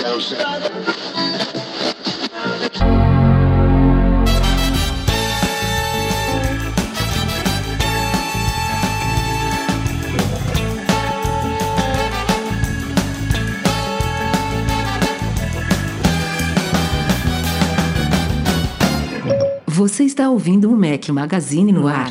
Você está ouvindo o Mac Magazine no ar.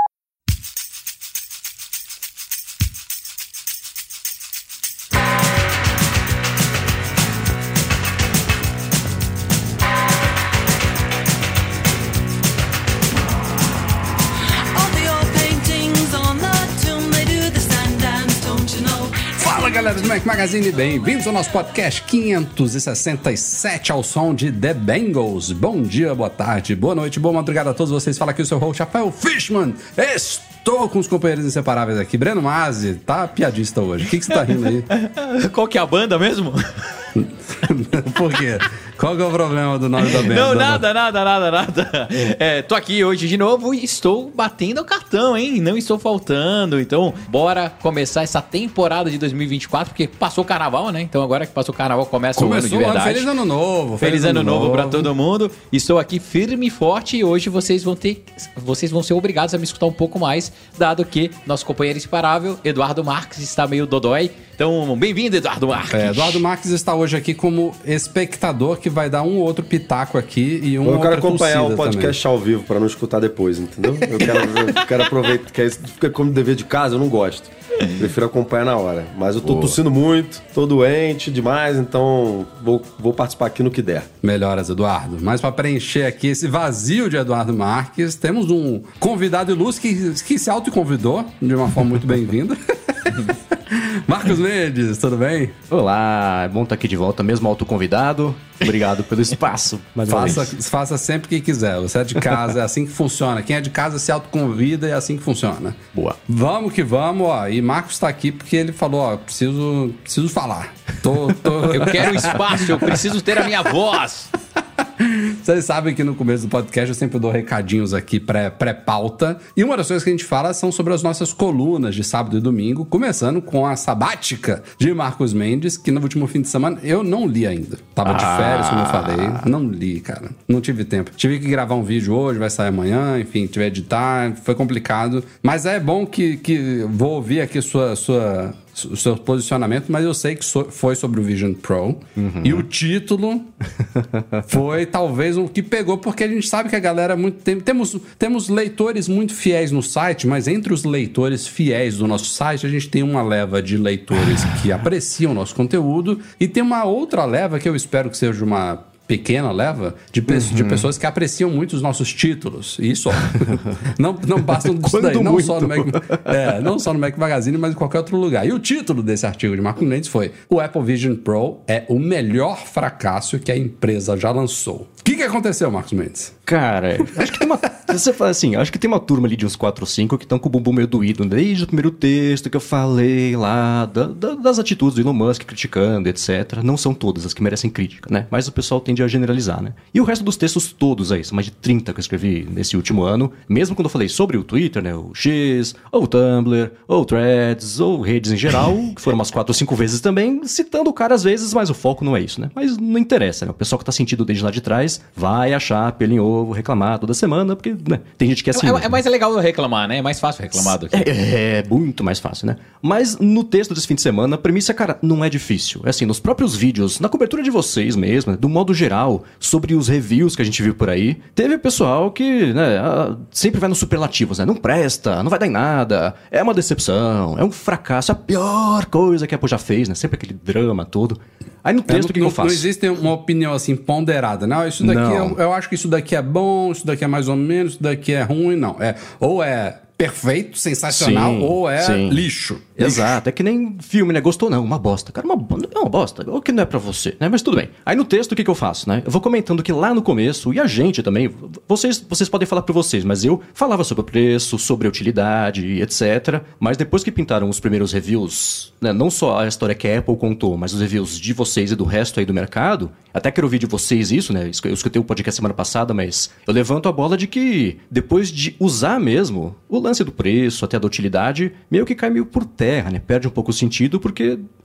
Fala galera do Mac Magazine, bem-vindos ao nosso podcast 567 ao som de The Bangles. Bom dia, boa tarde, boa noite, boa madrugada a todos vocês. Fala aqui o seu host, Rafael Fishman. Estou com os companheiros inseparáveis aqui. Breno Masi, tá piadista hoje. O que você tá rindo aí? Qual que é a banda mesmo? Por quê? Qual que é o problema do nome da banda? Não, nada. Tô aqui hoje de novo e estou batendo o cartão, hein? Não estou faltando. Então, bora começar essa temporada de 2024, porque passou o carnaval, né? Então, agora que passou o carnaval, começa o ano de verdade. Feliz ano novo. Feliz ano novo pra todo mundo. Estou aqui firme e forte e hoje vocês vão ser obrigados a me escutar um pouco mais, dado que nosso companheiro inseparável, Eduardo Marques, está meio dodói. Então, bem-vindo, Eduardo Marques. Eduardo Marques está hoje aqui como espectador, que vai dar um outro pitaco aqui e um outro. Eu quero acompanhar o podcast também ao vivo para não escutar depois, entendeu? Eu quero aproveitar, que isso fica como dever de casa, eu não gosto. Prefiro acompanhar na hora. Mas eu tô tossindo muito, tô doente demais, então vou participar aqui no que der. Melhoras, Eduardo. Mas para preencher aqui esse vazio de Eduardo Marques, temos um convidado ilustre que se autoconvidou de uma forma muito bem-vinda. Marcos Mendes, tudo bem? Olá, é bom estar aqui de volta, mesmo autoconvidado. Obrigado pelo espaço. Faça sempre que quiser. Você é de casa, é assim que funciona. Quem é de casa se autoconvida, é assim que funciona. Boa. Vamos que vamos, ó. E Marcos está aqui porque ele falou, ó, preciso falar. Eu quero espaço, eu preciso ter a minha voz. Vocês sabem que no começo do podcast eu sempre dou recadinhos aqui pré-pauta. E uma das coisas que a gente fala são sobre as nossas colunas de sábado e domingo, começando com a sabática de Marcos Mendes, que no último fim de semana eu não li ainda. Tava de férias, como eu falei. Não li, cara. Não tive tempo. Tive que gravar um vídeo hoje, vai sair amanhã, enfim, tive que editar, foi complicado. Mas é bom que vou ouvir aqui o seu posicionamento, mas eu sei que foi sobre o Vision Pro. Uhum. E o título foi talvez o que pegou, porque a gente sabe que a galera temos leitores muito fiéis no site, mas entre os leitores fiéis do nosso site, a gente tem uma leva de leitores que apreciam o nosso conteúdo e tem uma outra leva que eu espero que seja uma pequena leva de pessoas que apreciam muito os nossos títulos. Isso, ó. Não basta disso daí. Não só no Mac Magazine, mas em qualquer outro lugar. E o título desse artigo de Marcos Mendes foi: o Apple Vision Pro é o melhor fracasso que a empresa já lançou. O que aconteceu, Marcos Mendes? Cara, acho que tem uma... Você fala assim, acho que tem uma turma ali de uns 4 ou 5 que estão com o bumbum meio doído desde o primeiro texto que eu falei lá, das atitudes do Elon Musk criticando, etc. Não são todas as que merecem crítica, né? Mas o pessoal tende a generalizar, né? E o resto dos textos todos aí, são mais de 30 que eu escrevi nesse último ano, mesmo quando eu falei sobre o Twitter, né? O X, ou o Tumblr, ou o Threads, ou redes em geral, que foram umas 4 ou 5 vezes também, citando o cara às vezes, mas o foco não é isso, né? Mas não interessa, né? O pessoal que tá sentindo desde lá de trás vai achar pelo em ovo, reclamar toda semana, porque, né, tem gente que é assim. É mais legal reclamar, né? É mais fácil reclamar do que... É muito mais fácil, né? Mas no texto desse fim de semana, a premissa, cara, não é difícil. É assim, nos próprios vídeos, na cobertura de vocês mesmo, né, do modo geral, sobre os reviews que a gente viu por aí, teve pessoal que, né, sempre vai nos superlativos, né? Não presta, não vai dar em nada, é uma decepção, é um fracasso, a pior coisa que a Apple já fez, né? Sempre aquele drama todo. Aí no texto, o que eu faço? Não existe uma opinião assim ponderada. Não, isso daqui eu acho que isso daqui é bom, isso daqui é mais ou menos, isso daqui é ruim, não. Ou é perfeito, sensacional, ou é lixo. Exato, é que nem filme, né? Gostou não, uma bosta. Cara, é uma bosta, ou que não é pra você, né? Mas tudo bem. Aí no texto, o que eu faço, né? Eu vou comentando que lá no começo, e a gente também, vocês podem falar por vocês, mas eu falava sobre o preço, sobre a utilidade, etc. Mas depois que pintaram os primeiros reviews, né? Não só a história que a Apple contou, mas os reviews de vocês e do resto aí do mercado, até quero ouvir de vocês isso, né? Eu escutei o podcast semana passada, mas eu levanto a bola de que depois de usar mesmo o lance do preço, até da utilidade, meio que cai meio por terra, né? Perde um pouco o sentido, porque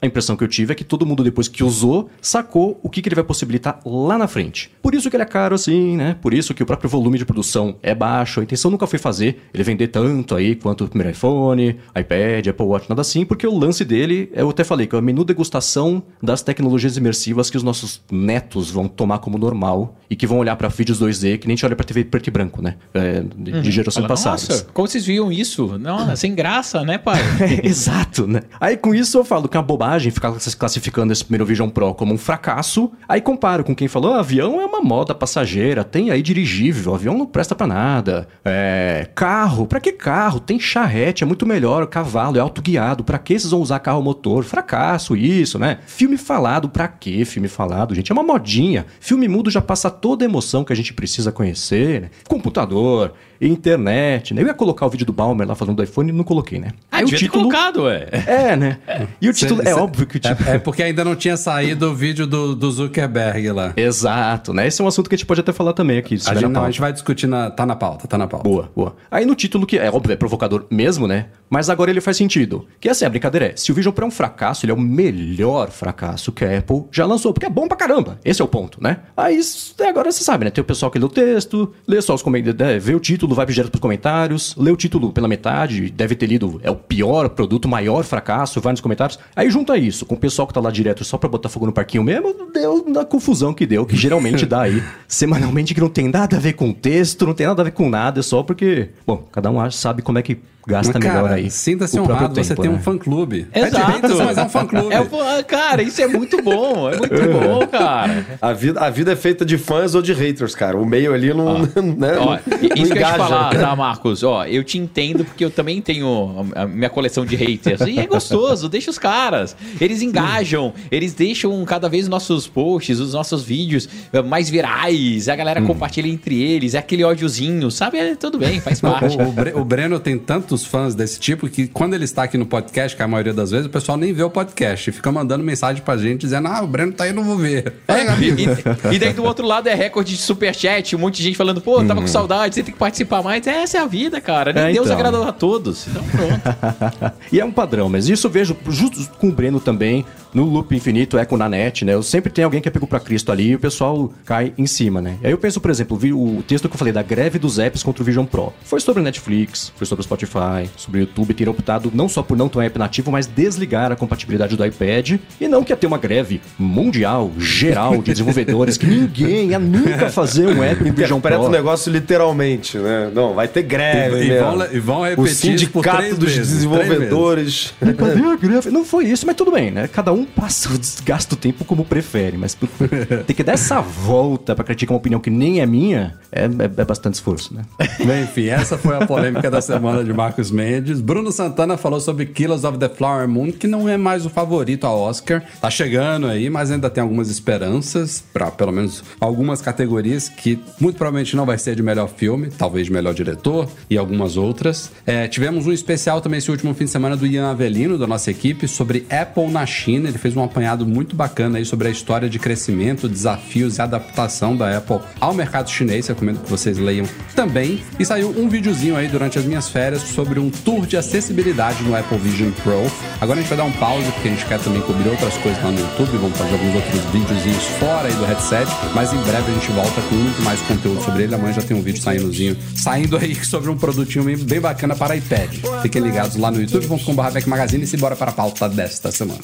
A impressão que eu tive é que todo mundo, depois que usou, sacou o que ele vai possibilitar lá na frente. Por isso que ele é caro assim, né? Por isso que o próprio volume de produção é baixo. A intenção nunca foi fazer ele vender tanto aí quanto o primeiro iPhone, iPad, Apple Watch, nada assim, porque o lance dele, eu até falei, que é o menu degustação das tecnologias imersivas que os nossos netos vão tomar como normal e que vão olhar pra vídeos 2D que nem a gente olha pra TV preto e branco, né? De gerações passadas. Nossa, como vocês viam isso? Não, sem graça, né, pai? Exato, né? Aí com isso eu falo que é uma bobagem ficar classificando esse primeiro Vision Pro como um fracasso. Aí comparo com quem falou, avião é uma moda passageira, tem aí dirigível, avião não presta pra nada. Carro, pra que carro? Tem charrete, é muito melhor, cavalo, é autoguiado, pra que vocês vão usar carro motor? Fracasso isso, né? Filme falado, pra que filme falado, gente? É uma modinha. Filme mudo já passa toda a emoção que a gente precisa conhecer, né? Computador, internet, né? Eu ia colocar o vídeo do Balmer lá falando do iPhone e não coloquei, né? Aí o título... colocado, né? E o título, óbvio que o título... É porque ainda não tinha saído o vídeo do Zuckerberg lá. Exato, né? Esse é um assunto que a gente pode até falar também aqui. A gente vai discutir, tá na pauta. Boa. Aí no título, que é óbvio, é provocador mesmo, né? Mas agora ele faz sentido. Que assim, a brincadeira é, se o Vision Pro é um fracasso, ele é o melhor fracasso que a Apple já lançou, porque é bom pra caramba. Esse é o ponto, né? Aí, agora você sabe, né? Tem o pessoal que lê o texto, lê só os comentários, vê o título, vai direto pros comentários, lê o título pela metade, deve ter lido, é o pior produto, o maior fracasso, vai nos comentários. Aí junta isso com o pessoal que tá lá direto só pra botar fogo no parquinho mesmo, deu na confusão que deu, que geralmente dá aí, semanalmente, que não tem nada a ver com o texto, não tem nada a ver com nada, é só porque, bom, cada um sabe como é que gasta melhor aí. Sinta-se honrado, você tem um fã-clube. Exato. É de haters, mas é um fã-clube. Cara, isso é muito bom. É muito bom, cara. A vida é feita de fãs ou de haters, cara. O meio ali não... né? Isso não que eu ia te engaja. falar, tá, Marcos? Eu te entendo porque eu também tenho a minha coleção de haters. E é gostoso, deixa os caras. Eles engajam, eles deixam cada vez os nossos posts, os nossos vídeos mais virais. A galera compartilha entre eles. É aquele ódiozinho, sabe? Tudo bem, faz parte. O Breno tem tantos fãs desse tipo que quando ele está aqui no podcast, que a maioria das vezes, o pessoal nem vê o podcast e fica mandando mensagem pra gente dizendo, o Breno tá aí, eu não vou ver. E daí do outro lado é recorde de superchat, um monte de gente falando, tava com saudade, você tem que participar mais. Essa é a vida, cara. Nem Deus agradou a todos. Então pronto. E é um padrão, mas isso eu vejo justo com o Breno também, no Loop Infinito, Eco na net, né? Eu sempre tenho alguém que é pego pra Cristo ali e o pessoal cai em cima, né? Aí eu penso, por exemplo, o texto que eu falei da greve dos apps contra o Vision Pro. Foi sobre Netflix, foi sobre o Spotify, sobre o YouTube ter optado não só por não ter um app nativo, mas desligar a compatibilidade do iPad. E não que ia ter uma greve mundial, geral, de desenvolvedores, que ninguém ia nunca fazer um app no Vision Pro. Interpreta o negócio literalmente, né? Não, vai ter greve, e vão repetir o sindicato dos desenvolvedores. Cadê a greve? Não foi isso, mas tudo bem, né? Cada um gasta o tempo como prefere, mas tem que dar essa volta pra criticar uma opinião que nem é minha, é bastante esforço, né? Bem, enfim, essa foi a polêmica da semana de Marcos Mendes. Bruno Santana falou sobre Killers of the Flower Moon, que não é mais o favorito ao Oscar. Tá chegando aí, mas ainda tem algumas esperanças pra pelo menos algumas categorias que muito provavelmente não vai ser de melhor filme, talvez de melhor diretor e algumas outras. Tivemos um especial também esse último fim de semana do Ian Avelino, da nossa equipe, sobre Apple na China. Ele fez um apanhado muito bacana aí sobre a história de crescimento, desafios e adaptação da Apple ao mercado chinês. Recomendo que vocês leiam também. E saiu um videozinho aí durante as minhas férias sobre um tour de acessibilidade no Apple Vision Pro. Agora a gente vai dar um pause porque a gente quer também cobrir outras coisas lá no YouTube. Vamos fazer alguns outros videozinhos fora aí do headset, mas em breve a gente volta com muito mais conteúdo sobre ele. Amanhã já tem um vídeo saindo aí sobre um produtinho bem bacana para iPad. Fiquem ligados lá no youtube.com/Mac Magazine e se bora para a pauta desta semana.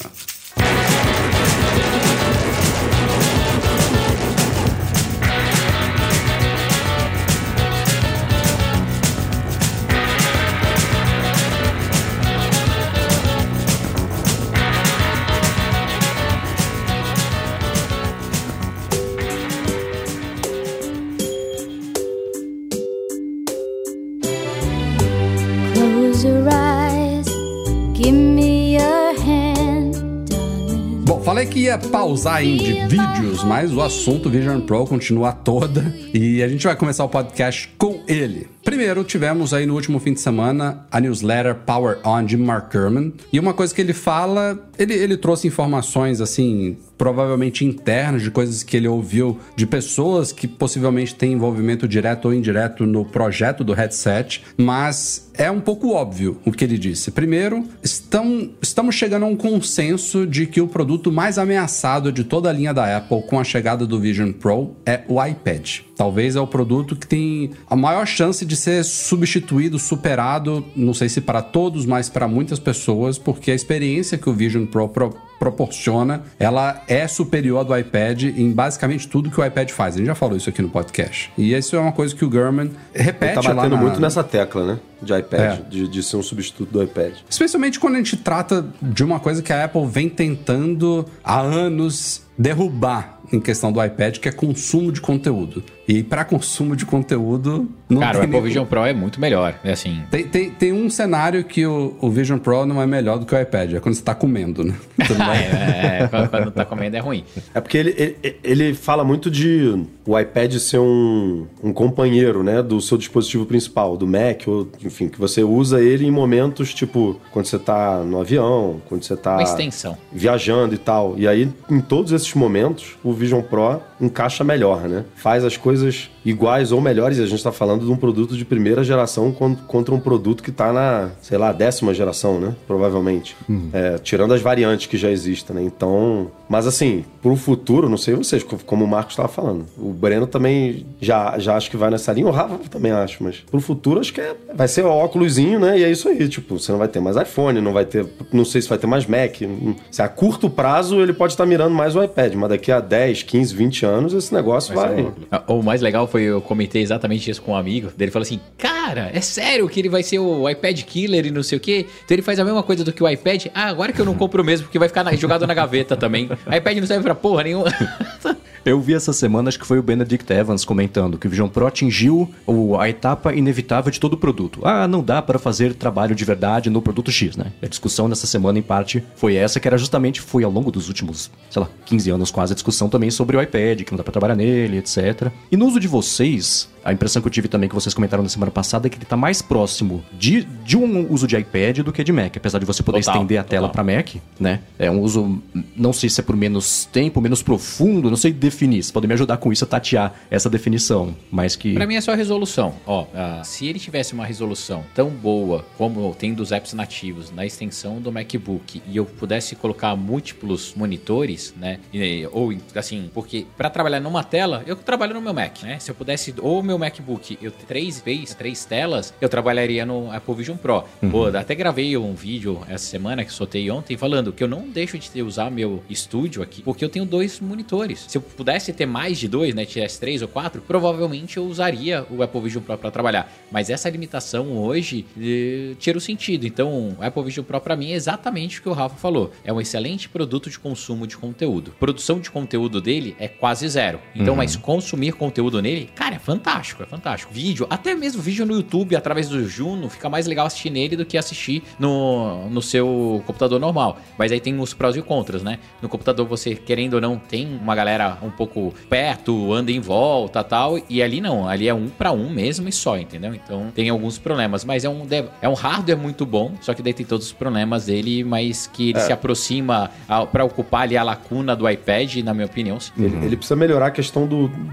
Close your eyes, give me your hand, darling. Bom, falei que ia pausar aí de vídeos, mas o assunto Vision Pro continua toda e a gente vai começar o podcast com ele. Primeiro, tivemos aí no último fim de semana a newsletter Power On de Mark Gurman. E uma coisa que ele fala, ele trouxe informações assim, provavelmente internas, de coisas que ele ouviu de pessoas que possivelmente têm envolvimento direto ou indireto no projeto do headset, mas é um pouco óbvio o que ele disse. Primeiro, estamos chegando a um consenso de que o produto mais ameaçado de toda a linha da Apple com a chegada do Vision Pro é o iPad. Talvez é o produto que tem a maior chance de ser substituído, superado, não sei se para todos, mas para muitas pessoas, porque a experiência que o Vision Pro proporciona, ela é superior ao do iPad em basicamente tudo que o iPad faz. A gente já falou isso aqui no podcast. E isso é uma coisa que o Gurman repete lá. Ele tá batendo muito nessa tecla, né? De iPad, de ser um substituto do iPad. Especialmente quando a gente trata de uma coisa que a Apple vem tentando há anos derrubar em questão do iPad, que é consumo de conteúdo. E para consumo de conteúdo... não Cara, tem o Apple Vision Pro é muito melhor. É assim... Tem um cenário que o Vision Pro não é melhor do que o iPad. É quando você tá comendo, né? Quando tá comendo é ruim. É porque ele fala muito de o iPad ser um companheiro, né? Do seu dispositivo principal, do Mac, ou enfim, que você usa ele em momentos, tipo, quando você tá no avião, quando você tá... Uma extensão. Viajando e tal. E aí, em todos esses momentos, o Vision Pro encaixa melhor, né? Faz as coisas iguais ou melhores, e a gente tá falando de um produto de primeira geração contra um produto que tá na, sei lá, 10ª geração, né? Provavelmente. Tirando as variantes que já existem, né? Então... Mas assim, pro futuro, não sei vocês, como o Marcos estava falando. O Breno também já acho que vai nessa linha, o Rafa também acho, mas pro futuro acho que vai ser o óculosinho, né? E é isso aí, tipo, você não vai ter mais iPhone, não vai ter, não sei se vai ter mais Mac. Se a curto prazo ele pode estar mirando mais o iPad, mas daqui a 10, 15, 20 anos esse negócio vai... O mais legal foi, eu comentei exatamente isso com um amigo, dele falou assim, cara, é sério que ele vai ser o iPad killer e não sei o quê? Então ele faz a mesma coisa do que o iPad? Ah, agora que eu não compro mesmo, porque vai ficar jogado na gaveta também. iPad não serve pra porra nenhuma. Eu vi essa semana, acho que foi o Benedict Evans comentando que o Vision Pro atingiu a etapa inevitável de todo o produto. Ah, não dá para fazer trabalho de verdade no produto X, né? A discussão nessa semana, em parte, foi essa, que era justamente, foi ao longo dos últimos, sei lá, 15 anos quase, a discussão também sobre o iPad, que não dá para trabalhar nele, etc. E no uso de vocês, a impressão que eu tive também, que vocês comentaram na semana passada, é que ele tá mais próximo de um uso de iPad do que de Mac, apesar de você poder estender a tela para Mac, né? É um uso, não sei se é por menos tempo, menos profundo, não sei definir. Você pode me ajudar com isso a tatear essa definição, mas que... Pra mim é só a resolução. Se ele tivesse uma resolução tão boa como tem dos apps nativos na extensão do MacBook e eu pudesse colocar múltiplos monitores, né? Ou assim, porque pra trabalhar numa tela, eu trabalho no meu Mac, né? Se eu pudesse, ou meu MacBook, eu três telas, eu trabalharia no Apple Vision Pro. Pô, até gravei um vídeo essa semana que soltei ontem falando que eu não deixo de usar meu estúdio aqui, porque eu tenho 2 monitores. Se eu pudesse ter mais de 2, né, tivesse 3 ou 4, provavelmente eu usaria o Apple Vision Pro para trabalhar. Mas essa limitação hoje tira o sentido. Então, o Apple Vision Pro para mim é exatamente o que o Rafa falou. É um excelente produto de consumo de conteúdo. Produção de conteúdo dele é quase zero. Então, mas consumir conteúdo nele, cara, é fantástico, é fantástico. Vídeo, até mesmo vídeo no YouTube através do Juno, fica mais legal assistir nele do que assistir no seu computador normal. Mas aí tem os prós e contras, né? No computador você, querendo ou não, tem uma galera um pouco perto, anda em volta, tal, e ali não, ali é 1 para 1 mesmo e só, entendeu? Então tem alguns problemas, mas é um hardware muito bom, só que daí tem todos os problemas dele, mas que ele se aproxima para ocupar ali a lacuna do iPad, na minha opinião, sim. Ele precisa melhorar a questão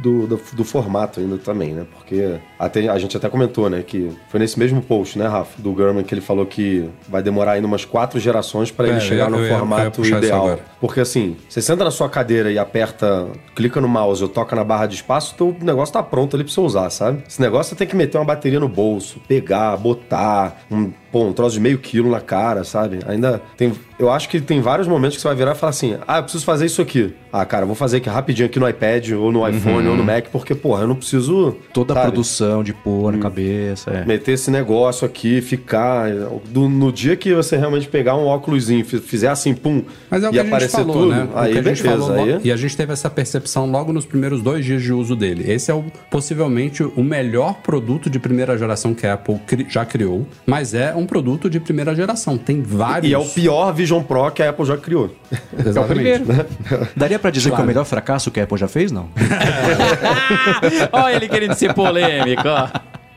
do formato ainda também, né? Porque a gente até comentou, né, que foi nesse mesmo post, né, Rafa, do Gurman, que ele falou que vai demorar ainda umas 4 gerações para ele chegar no formato ideal. Porque assim, você senta na sua cadeira e aperta, clica no mouse ou toca na barra de espaço, o negócio tá pronto ali pra você usar, sabe? Esse negócio você tem que meter uma bateria no bolso, pegar, botar, um troço de meio quilo na cara, sabe? Ainda tem... Eu acho que tem vários momentos que você vai virar e falar assim, eu preciso fazer isso aqui. Cara, eu vou fazer aqui rapidinho aqui no iPad, ou no iPhone, ou no Mac, porque, porra, eu não preciso... Toda a produção de pôr na cabeça, meter esse negócio aqui, ficar... No dia que você realmente pegar um óculosinho, fizer assim, pum, mas é o e que aparecer falou, tudo, né? aí beleza. E a gente teve essa percepção logo nos primeiros 2 dias de uso dele. Esse é possivelmente o melhor produto de primeira geração que a Apple já criou, mas é um produto de primeira geração. Tem vários... E é o pior Vision Pro que a Apple já criou. Exatamente. Daria pra dizer que é o melhor fracasso que a Apple já fez, não? Olha ele querendo ser polêmico, ó.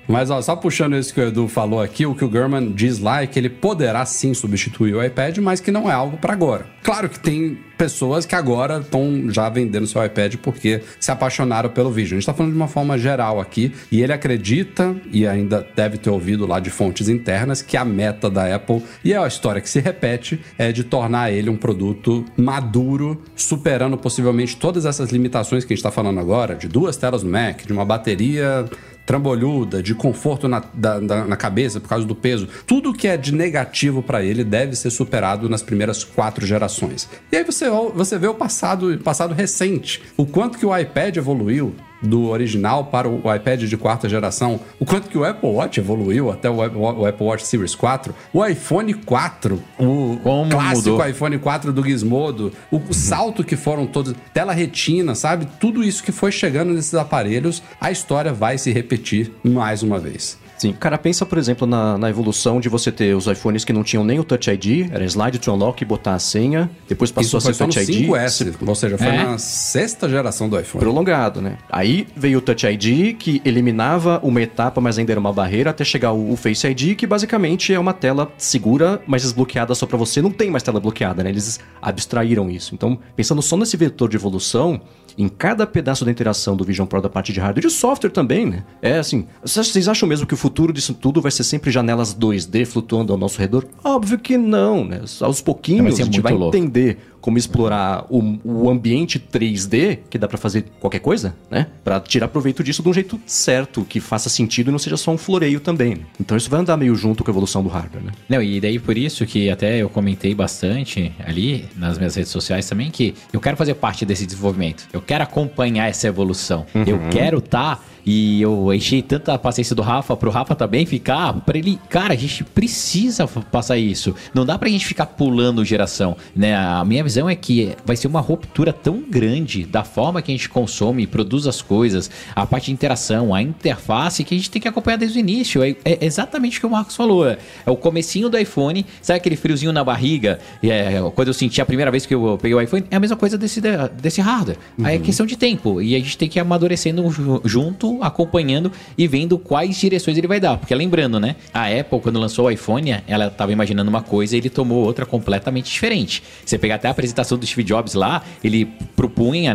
Mas ó, só puxando isso que o Edu falou aqui, o que o Gurman diz lá é que ele poderá sim substituir o iPad, mas que não é algo para agora. Claro que tem pessoas que agora estão já vendendo seu iPad porque se apaixonaram pelo Vision. A gente tá falando de uma forma geral aqui, e ele acredita, e ainda deve ter ouvido lá de fontes internas, que a meta da Apple, e é a história que se repete, é de tornar ele um produto maduro, superando possivelmente todas essas limitações que a gente tá falando agora, de 2 telas no Mac, de uma bateria trambolhuda, de conforto na cabeça por causa do peso. Tudo que é de negativo para ele deve ser superado nas primeiras 4 gerações. E aí você vê o passado recente. O quanto que o iPad evoluiu do original para o iPad de 4ª geração, o quanto que o Apple Watch evoluiu até o Apple Watch Series 4, o iPhone 4, o clássico mudou. iPhone 4 do Gizmodo, o salto que foram todos, tela retina, sabe? Tudo isso que foi chegando nesses aparelhos, a história vai se repetir mais uma vez. Sim, cara, pensa, por exemplo, na evolução de você ter os iPhones que não tinham nem o Touch ID, era slide to unlock e botar a senha, depois passou a ser Touch ID. 5S, ou seja, foi na 6ª geração do iPhone. Prolongado, né? Aí veio o Touch ID, que eliminava uma etapa, mas ainda era uma barreira, até chegar o Face ID, que basicamente é uma tela segura, mas desbloqueada só pra você. Não tem mais tela bloqueada, né? Eles abstraíram isso. Então, pensando só nesse vetor de evolução, em cada pedaço da interação do Vision Pro da parte de hardware e de software também, né? É assim, vocês acham mesmo que o futuro disso tudo vai ser sempre janelas 2D flutuando ao nosso redor? Óbvio que não, né? Aos pouquinhos a gente vai entender como explorar o ambiente 3D, que dá pra fazer qualquer coisa, né? Pra tirar proveito disso de um jeito certo, que faça sentido e não seja só um floreio também. Né? Então isso vai andar meio junto com a evolução do hardware, né? Não, e daí por isso que até eu comentei bastante ali nas minhas redes sociais também, que eu quero fazer parte desse desenvolvimento. Eu quero acompanhar essa evolução. Eu quero estar... E eu enchi tanta paciência do Rafa, pro Rafa também ficar, pra ele... Cara, a gente precisa passar isso. Não dá pra gente ficar pulando geração, né? A minha visão é que vai ser uma ruptura tão grande da forma que a gente consome e produz as coisas, a parte de interação, a interface, que a gente tem que acompanhar desde o início. É exatamente o que o Marcos falou. É o comecinho do iPhone, sabe aquele friozinho na barriga? Quando eu senti a primeira vez que eu peguei o iPhone, é a mesma coisa desse hardware. Aí é questão de tempo. E a gente tem que ir amadurecendo junto, acompanhando e vendo quais direções ele vai dar. Porque lembrando, né? A Apple, quando lançou o iPhone, ela estava imaginando uma coisa e ele tomou outra completamente diferente. Você pegar até a apresentação do Steve Jobs lá, ele propunha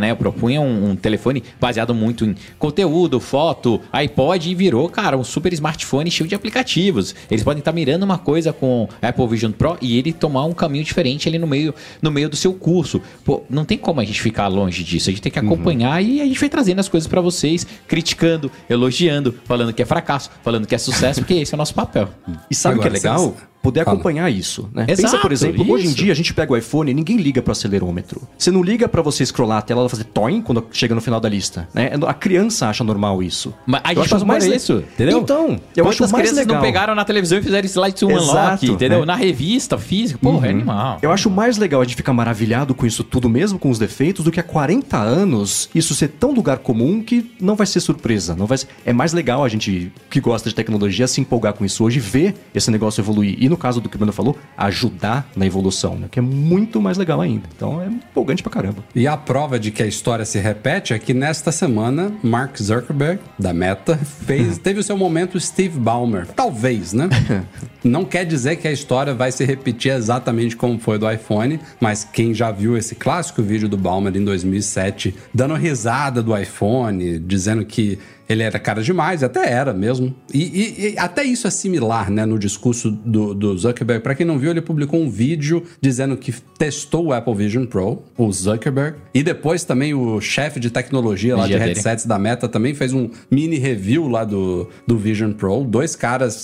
um telefone baseado muito em conteúdo, foto, iPod, e virou, cara, um super smartphone cheio de aplicativos. Eles podem estar mirando uma coisa com Apple Vision Pro e ele tomar um caminho diferente ali no meio do seu curso. Pô, não tem como a gente ficar longe disso. A gente tem que acompanhar e a gente vai trazendo as coisas pra vocês, criticando, elogiando, falando que é fracasso, falando que é sucesso, porque esse é o nosso papel. E sabe o que é legal? Poder acompanhar isso, né? Exato, pensa, por exemplo, hoje em dia a gente pega o iPhone e ninguém liga pro acelerômetro. Você não liga pra você scrollar a tela, ela fazer toin quando chega no final da lista, né? A criança acha normal isso. Mas a gente faz mais isso, entendeu? Então, eu acho mais crianças legal. não pegaram na televisão e fizeram slide to unlock, entendeu? Né? Na revista física, porra, é animal. Eu acho mais legal a gente ficar maravilhado com isso tudo mesmo, com os defeitos, do que há 40 anos isso ser tão lugar comum que não vai ser surpresa. Não vai ser... É mais legal a gente que gosta de tecnologia se empolgar com isso hoje, ver esse negócio evoluir. E no caso do que o Bruno falou, ajudar na evolução, né? Que é muito mais legal ainda. Então é empolgante pra caramba. E a prova de que a história se repete é que nesta semana, Mark Zuckerberg, da Meta, teve o seu momento Steve Ballmer. Talvez, né? Não quer dizer que a história vai se repetir exatamente como foi do iPhone, mas quem já viu esse clássico vídeo do Ballmer em 2007, dando risada do iPhone, dizendo que ele era cara demais, até era mesmo. E até isso é similar, né, no discurso do Zuckerberg. Pra quem não viu, ele publicou um vídeo dizendo que testou o Apple Vision Pro, o Zuckerberg. E depois também o chefe de tecnologia lá de headsets da Meta também fez um mini review lá do Vision Pro. Dois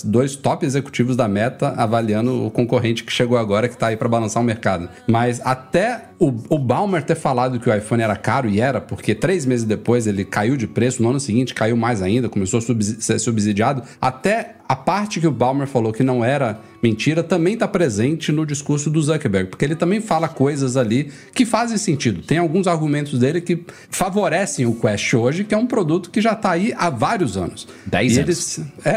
top executivos da Meta avaliando o concorrente que chegou agora, que tá aí pra balançar o mercado. Mas até o Ballmer ter falado que o iPhone era caro, e era, porque 3 meses depois ele caiu de preço, no ano seguinte caiu mais ainda, começou a ser subsidiado, até a parte que o Ballmer falou que não era mentira também está presente no discurso do Zuckerberg, porque ele também fala coisas ali que fazem sentido. Tem alguns argumentos dele que favorecem o Quest hoje, que é um produto que já está aí há vários anos. 10 anos.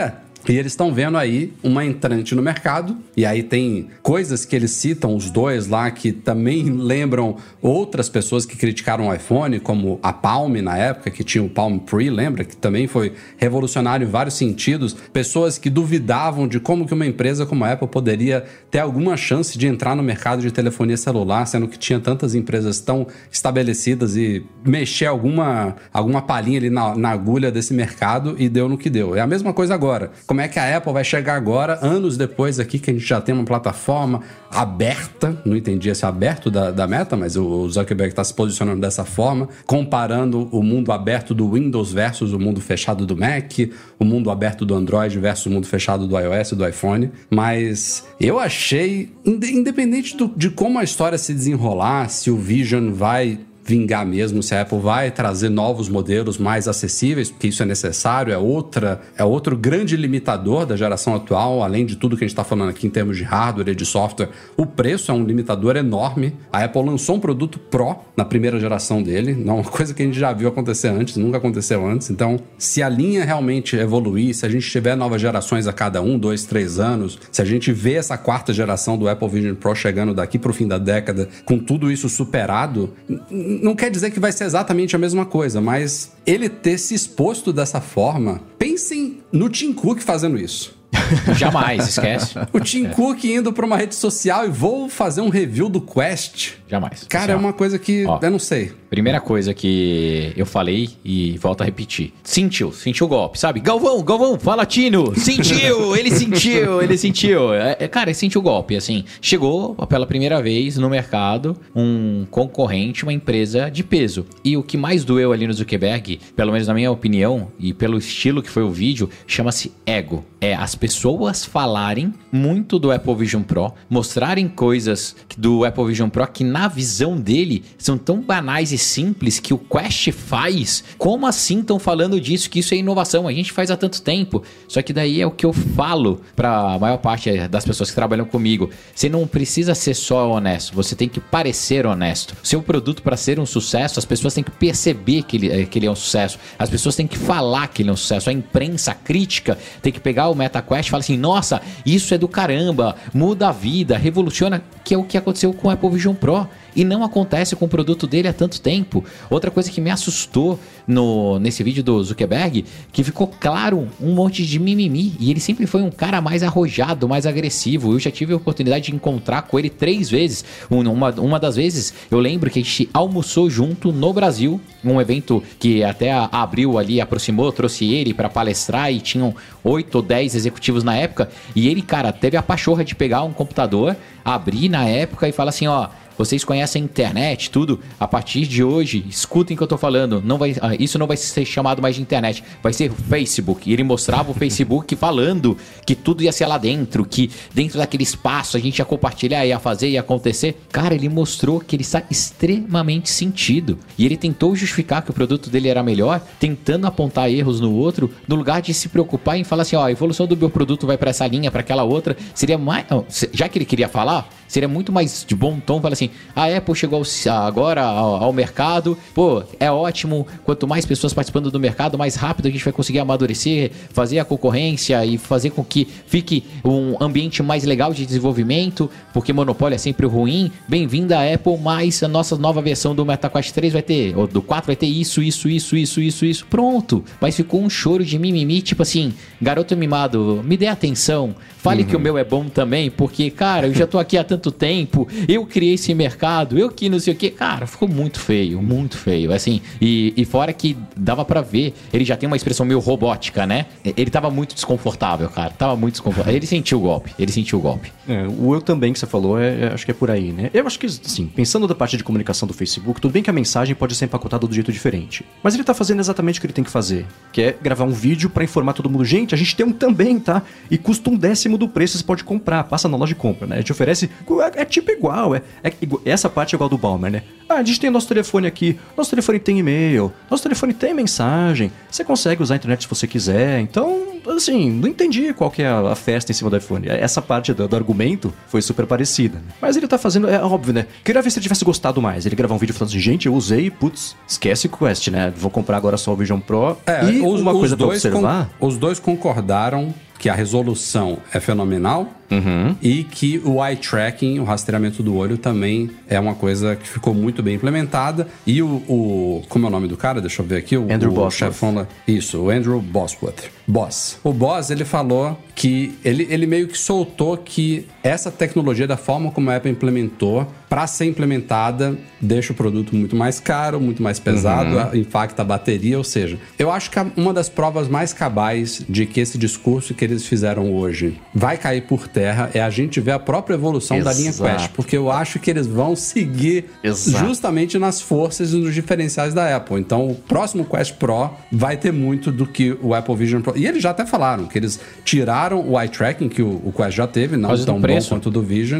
E eles estão vendo aí uma entrante no mercado, e aí tem coisas que eles citam, os dois lá, que também lembram outras pessoas que criticaram o iPhone, como a Palm na época, que tinha o Palm Pre, lembra? Que também foi revolucionário em vários sentidos. Pessoas que duvidavam de como que uma empresa como a Apple poderia ter alguma chance de entrar no mercado de telefonia celular, sendo que tinha tantas empresas tão estabelecidas, e mexer alguma palhinha ali na agulha desse mercado, e deu no que deu. É a mesma coisa agora. Como é que a Apple vai chegar agora, anos depois aqui, que a gente já tem uma plataforma aberta, não entendi esse aberto da Meta, mas o Zuckerberg está se posicionando dessa forma, comparando o mundo aberto do Windows versus o mundo fechado do Mac, o mundo aberto do Android versus o mundo fechado do iOS e do iPhone. Mas eu achei, independente de como a história se desenrolar, se o Vision vai vingar mesmo, se a Apple vai trazer novos modelos mais acessíveis, porque isso é necessário, é outro grande limitador da geração atual, além de tudo que a gente está falando aqui em termos de hardware e de software. O preço é um limitador enorme. A Apple lançou um produto Pro na primeira geração dele, não é uma coisa que a gente já viu acontecer antes, nunca aconteceu antes. Então, se a linha realmente evoluir, se a gente tiver novas gerações a cada 1, 2, 3 anos, se a gente vê essa quarta geração do Apple Vision Pro chegando daqui para o fim da década, com tudo isso superado, não quer dizer que vai ser exatamente a mesma coisa, mas ele ter se exposto dessa forma, pensem no Tim Cook fazendo isso. Jamais, esquece. O Tim Cook indo pra uma rede social e vou fazer um review do Quest. Jamais. Cara, é uma coisa que eu não sei. Primeira coisa que eu falei e volto a repetir. Sentiu o golpe, sabe? Galvão, fala Tino. Sentiu, ele sentiu. Cara, ele sentiu o golpe, assim. Chegou pela primeira vez no mercado um concorrente, uma empresa de peso. E o que mais doeu ali no Zuckerberg, pelo menos na minha opinião, e pelo estilo que foi o vídeo, chama-se ego. As pessoas falarem muito do Apple Vision Pro, mostrarem coisas do Apple Vision Pro que na visão dele são tão banais e simples que o Quest faz. Como assim estão falando disso? Que isso é inovação, a gente faz há tanto tempo. Só que daí é o que eu falo para a maior parte das pessoas que trabalham comigo. Você não precisa ser só honesto, você tem que parecer honesto. Seu produto, para ser um sucesso, as pessoas têm que perceber que ele é um sucesso. As pessoas têm que falar que ele é um sucesso. A imprensa, a crítica, tem que pegar o MetaQuest e falar assim, nossa, isso é do caramba, muda a vida, revoluciona, que é o que aconteceu com o Apple Vision Pro. E não acontece com o produto dele há tanto tempo. Outra coisa que me assustou nesse vídeo do Zuckerberg, que ficou claro um monte de mimimi. E ele sempre foi um cara mais arrojado, mais agressivo. Eu já tive a oportunidade de encontrar com ele 3 vezes. Uma das vezes, eu lembro que a gente almoçou junto no Brasil, um evento que até abriu ali, aproximou, trouxe ele para palestrar e tinham 8 ou 10 executivos na época. E ele, cara, teve a pachorra de pegar um computador, abrir na época e falar assim, ó... Vocês conhecem a internet, tudo. A partir de hoje, escutem o que eu tô falando. Isso não vai ser chamado mais de internet. Vai ser Facebook. E ele mostrava o Facebook falando que tudo ia ser lá dentro. Que dentro daquele espaço a gente ia compartilhar, ia fazer, ia acontecer. Cara, ele mostrou que ele está extremamente sentido. E ele tentou justificar que o produto dele era melhor, tentando apontar erros no outro, no lugar de se preocupar em falar assim, ó, a evolução do meu produto vai para essa linha, para aquela outra. Seria mais... Já que ele queria falar... Seria muito mais de bom tom falar assim, a Apple chegou agora ao mercado, pô, é ótimo, quanto mais pessoas participando do mercado, mais rápido a gente vai conseguir amadurecer, fazer a concorrência e fazer com que fique um ambiente mais legal de desenvolvimento, porque monopólio é sempre ruim. Bem-vinda a Apple, mas a nossa nova versão do MetaQuest 3 vai ter, ou do 4 vai ter isso, pronto. Mas ficou um choro de mimimi, tipo assim, garoto mimado, me dê atenção, fale que o meu é bom também, porque, cara, eu já tô aqui há tanto tempo, eu criei esse mercado, eu que não sei o que, cara, ficou muito feio, assim, e fora que dava pra ver, ele já tem uma expressão meio robótica, né? Ele tava muito desconfortável, cara, ele sentiu o golpe. O eu também que você falou, acho que é por aí, né? Eu acho que, assim, pensando da parte de comunicação do Facebook, tudo bem que a mensagem pode ser empacotada do jeito diferente, mas ele tá fazendo exatamente o que ele tem que fazer, que é gravar um vídeo pra informar todo mundo, gente, a gente tem um também, tá? E custa 1/10 do preço, você pode comprar, passa na loja e compra, né? A gente oferece, é tipo igual, essa parte é igual do Balmer, né? A gente tem nosso telefone aqui, nosso telefone tem e-mail, nosso telefone tem mensagem, você consegue usar a internet se você quiser, então assim, não entendi qual que é a festa em cima do iPhone. Essa parte do argumento foi super parecida. Mas ele tá fazendo, é óbvio, né? Queria ver se ele tivesse gostado mais. Ele gravar um vídeo falando assim, gente, eu usei, putz, esquece o Quest, né? Vou comprar agora só o Vision Pro. E uma coisa pra observar... Os dois concordaram que a resolução é fenomenal e que o eye tracking, o rastreamento do olho, também é uma coisa que ficou muito bem implementada. E como é o nome do cara? Deixa eu ver aqui. Andrew Bosworth. Chefão lá. Isso, o Andrew Bosworth. O Boss, ele falou que ele meio que soltou que essa tecnologia, da forma como a Apple implementou, para ser implementada, deixa o produto muito mais caro, muito mais pesado, impacta a bateria. Ou seja, eu acho que uma das provas mais cabais de que esse discurso que eles fizeram hoje vai cair por terra é a gente ver a própria evolução da linha Quest, porque eu acho que eles vão seguir justamente nas forças e nos diferenciais da Apple. Então, o próximo Quest Pro vai ter muito do que o Apple Vision Pro. E eles já até falaram que eles tiraram o eye tracking que o Quest já teve, não tão bom quanto o do Vision,